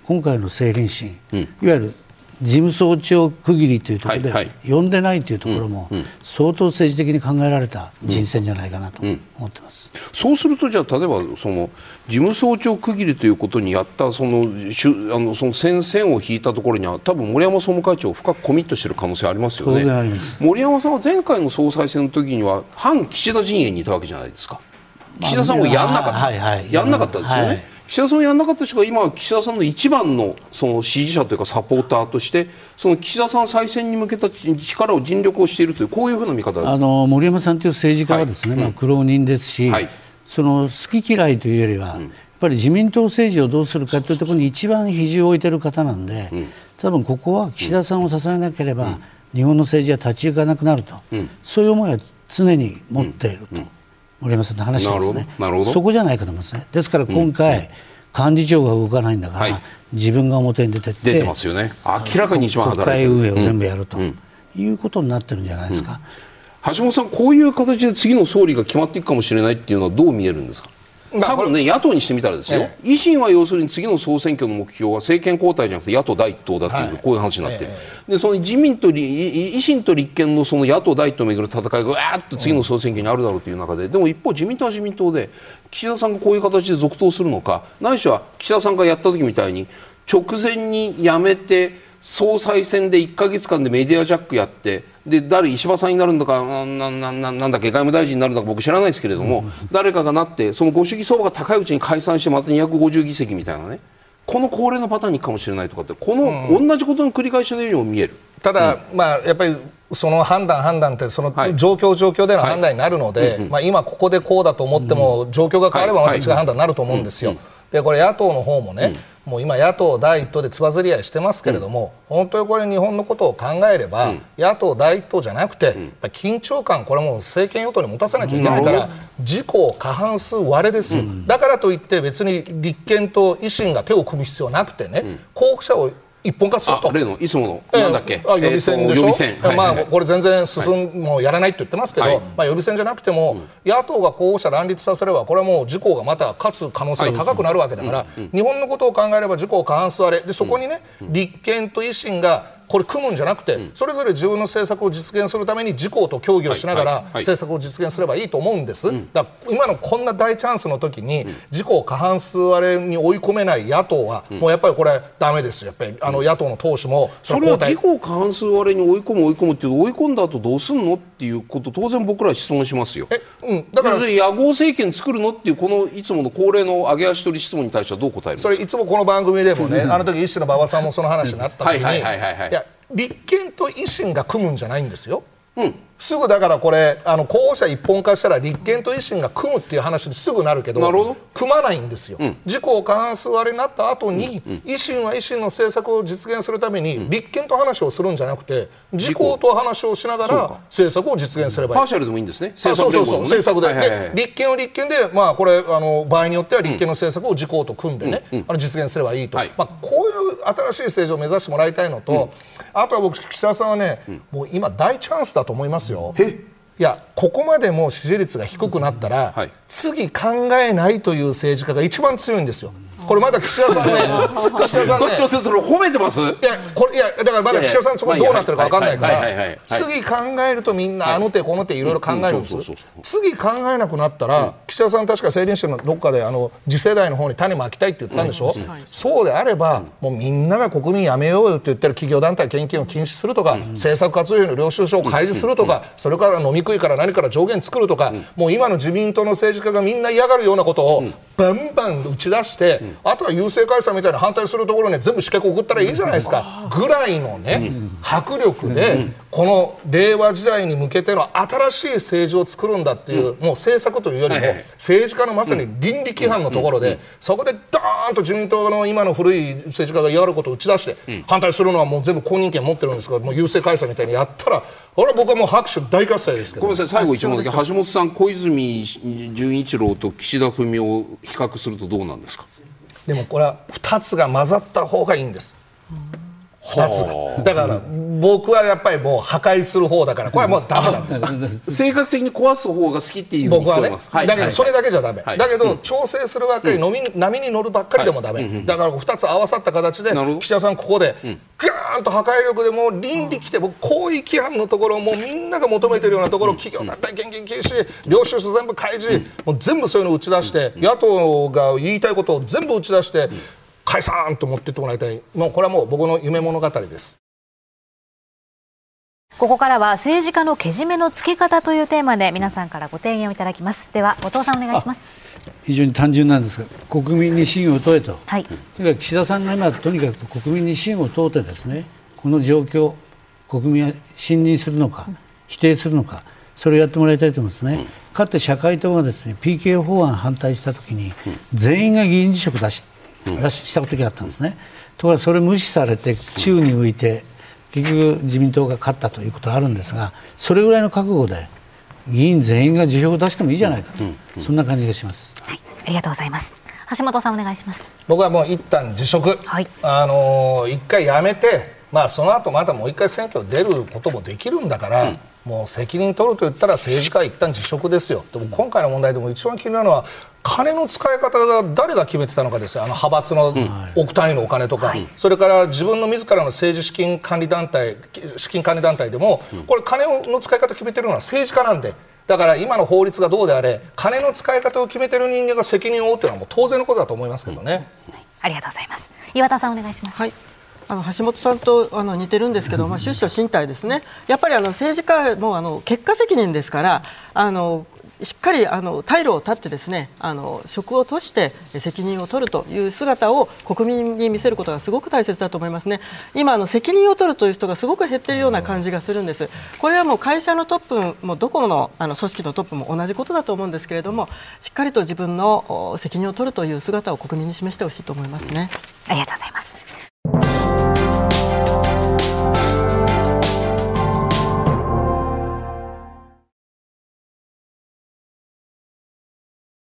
今回の政倫審、うん、いわゆる事務総長区切りというところで、はいはい、呼んでないというところも、うんうん、相当政治的に考えられた人選じゃないかなと思ってます、 うんうん、そうすると、じゃあ例えばその事務総長区切りということにやったそのあのその戦線を引いたところには多分森山総務会長深くコミットしている可能性ありますよね。 当然あります。 森山さんは前回の総裁選の時には反岸田陣営にいたわけじゃないですか。岸田さんをやんなかった、はいはい、やんなかったですよね、はい、岸田さんをやんなかった人が今は岸田さんの一番のその支持者というかサポーターとしてその岸田さん再選に向けた力を尽力をしているというこういうふうな見方。 あの森山さんという政治家はですね、はい、まあ、苦労人ですし、はい、その好き嫌いというよりは、うん、やっぱり自民党政治をどうするかというところに一番比重を置いている方なんで、うん、多分ここは岸田さんを支えなければ、うん、日本の政治は立ち行かなくなると、うん、そういう思いは常に持っていると、うんうん、森山さんの話ですね。そこじゃないかと思いますね。ですから今回、うん、幹事長が動かないんだから、はい、自分が表に出てって出てますよね。明らかに一番働いてる国会運営を全部やると、うん、いうことになってるんじゃないですか、 うん、橋本さん、こういう形で次の総理が決まっていくかもしれないっていうのはどう見えるんですか。多分ね、野党にしてみたらですよ、ええ、維新は要するに次の総選挙の目標は政権交代じゃなくて野党第一党だという、はい、こういう話になっている、え、でその自民と維新と立憲のその野党第一党をめぐる戦いがわーっと次の総選挙にあるだろうという中で、うん、でも一方自民党は自民党で岸田さんがこういう形で続投するのか、ないしは岸田さんがやった時みたいに直前に辞めて総裁選でいっかげつかんでメディアジャックやってで誰石破さんになるんだか な, な, な, なんだっけ外務大臣になるんだか僕知らないですけれども、うん、誰かがなってそのご主義相場が高いうちに解散してまたにひゃくごじゅうぎせきみたいなね、この恒例のパターンにいくかもしれないとかってこの、うん、同じことの繰り返しのようにも見える。 ただ、うん、まあ、やっぱりその判断判断ってその状況状況での判断になるので、はいはい、まあ、今ここでこうだと思っても、うん、状況が変わればまた違う判断になると思うんですよ、うんうん、でこれ野党の方もね、うん、もう今野党第一党でつばずり合いしてますけれども、うん、本当にこれ日本のことを考えれば、うん、野党第一党じゃなくて、うん、やっぱ緊張感これもう政権与党に持たせなきゃいけないから、うん、自公過半数割れですよ、うん、だからといって別に立憲と維新が手を組む必要なくてね、うん、候補者を一本化すると。 例のいつもの、えー、なんだっけ、 あ予備選でしょ、えーはいはいはい、まあ、これ全然進ん、はい、もうやらないって言ってますけど、はい、まあ、予備選じゃなくても、うん、野党が候補者乱立させればこれはもう自公がまた勝つ可能性が高くなるわけだから、はい、うん、日本のことを考えれば自公過半数割れで、そこにね、うん、立憲と維新がこれ組むんじゃなくて、うん、それぞれ自分の政策を実現するために自公と協議をしながら、はいはいはい、政策を実現すればいいと思うんです、うん、だから今のこんな大チャンスの時に、うん、自公過半数割れに追い込めない野党は、うん、もうやっぱりこれダメですよ。やっぱりあの野党の党首もそれは自公過半数割れに追い込む追い込むっていう追い込んだ後どうすんのっていうこと当然僕らは質問しますよ。え、うん、だから野合政権作るのっていうこのいつもの恒例の上げ足取り質問に対してはどう答えるんですか。 それいつもこの番組でもね、あの時一種の馬場さんもその話になった時に、はいはいはいはい、いや立憲と維新が組むんじゃないんですよ、うん、すぐだからこれあの候補者一本化したら立憲と維新が組むっていう話にすぐなるけど、なるほど組まないんですよ、うん、自公過半数割れになった後に、うんうん、維新は維新の政策を実現するために、うん、立憲と話をするんじゃなくて自公と話をしながら政策を実現すればいい。 パーシャルでもいいんですね、 政策連合のね、そうそうそう政策で、はいはいはい、で立憲は立憲で、まあ、これあの場合によっては立憲の政策を自公と組んでね、うんうん、あの実現すればいいと、はい、まあ、こういう新しい政治を目指してもらいたいのと、うん、あとは僕岸田さんはね、うん、もう今大チャンスだと思いますよ。えいやここまでもう支持率が低くなったら、はい、次考えないという政治家が一番強いんですよ。これまだ岸田さんね岸田さんねどっちもそれ褒めてます。いやこれいやだからまだ岸田さんそこどうなってるか分かんないから次考えるとみんなあの手この手いろいろ考えるんです。次考えなくなったら、うん、岸田さん確か政倫審のどっかであの次世代の方に種まきたいって言ったんでしょ、うんうん、そうであれば、うん、もうみんなが国民やめようよって言ってる企業団体献金を禁止するとか、うん、政策活動費の領収書を開示するとか、うん、それから飲み食いから何から上限作るとか、うん、もう今の自民党の政治家がみんな嫌がるようなことを、うん、バンバン打ち出して、うん、あとは郵政解散みたいな反対するところに全部刺客送ったらいいじゃないですかぐらいのね、うん、迫力で、うん、この令和時代に向けての新しい政治を作るんだっていう、うん、もう政策というよりも、はいはい、政治家のまさに倫理規範のところで、うん、そこでドーンと自民党の今の古い政治家が嫌がることを打ち出して、うん、反対するのはもう全部公認権持ってるんですが、もう郵政解散みたいにやったら俺は僕はもう拍手大喝采ですけど。 ごめんなさい最後一問だけ、橋本さん小泉純一郎と岸田文雄を比較するとどうなんですか。 でもこれはふたつが混ざった方がいいんです。 脱が。だから僕はやっぱりもう破壊する方だから、これはもうダメなんです性格的に壊す方が好きっていうふうに聞こえます。 僕はね、だけどそれだけじゃダメ、だけど調整するばっかり、波に乗るばっかりでもダメ、だからふたつ合わさった形で岸田さんここでガーンと破壊力でも倫理規定、僕広域規範のところをもうみんなが求めてるようなところ、企業団体献金禁止、領収書全部開示、もう全部そういうのを打ち出して、野党が言いたいことを全部打ち出して解散と持っていってもらいたい。もうこれはもう僕の夢物語です。 ここからは政治家のけじめのつけ方というテーマで皆さんからご提言をいただきます。では後藤さんお願いします。 非常に単純なんですが、国民に信を問えと、 はい、 とにかく岸田さんが今とにかく国民に信を問うてですね、この状況国民は信任するのか、うん、否定するのか、それをやってもらいたいと思いますね、うん、かつて社会党がですね ピーケー 法案反対したときに、うん、全員が議員辞職出し、うん、出しした時があったんですね。ところがそれ無視されて宙に浮いて結局自民党が勝ったということがあるんですが、それぐらいの覚悟で議員全員が辞職を出してもいいじゃないかと、うんうん、そんな感じがします、 はい、ありがとうございます。橋本さんお願いします。 僕はもう一旦辞職、はい、あのー、一回辞めて、まあ、その後またもう一回選挙出ることもできるんだから、うん、もう責任取ると言ったら政治家は一旦辞職ですよ。でも今回の問題でも一番気になるのは金の使い方が誰が決めてたのかですよ。あの派閥の億単位のお金とか、はい、それから自分の自らの政治資金管理団体資金管理団体でも、これ金の使い方決めてるのは政治家なんで、だから今の法律がどうであれ金の使い方を決めてる人間が責任を負うというのはもう当然のことだと思いますけどね、 うん、はい、ありがとうございます。岩田さんお願いします。 はい、あの橋本さんとあの似てるんですけど、まあ、出処進退ですね。やっぱりあの政治家もあの結果責任ですから、あのしっかりあの退路を断ってですね、あの職を閉じて責任を取るという姿を国民に見せることがすごく大切だと思いますね。今あの責任を取るという人がすごく減っているような感じがするんです。これはもう会社のトップもどこの、あの組織のトップも同じことだと思うんですけれども、しっかりと自分の責任を取るという姿を国民に示してほしいと思いますね。 ありがとうございます。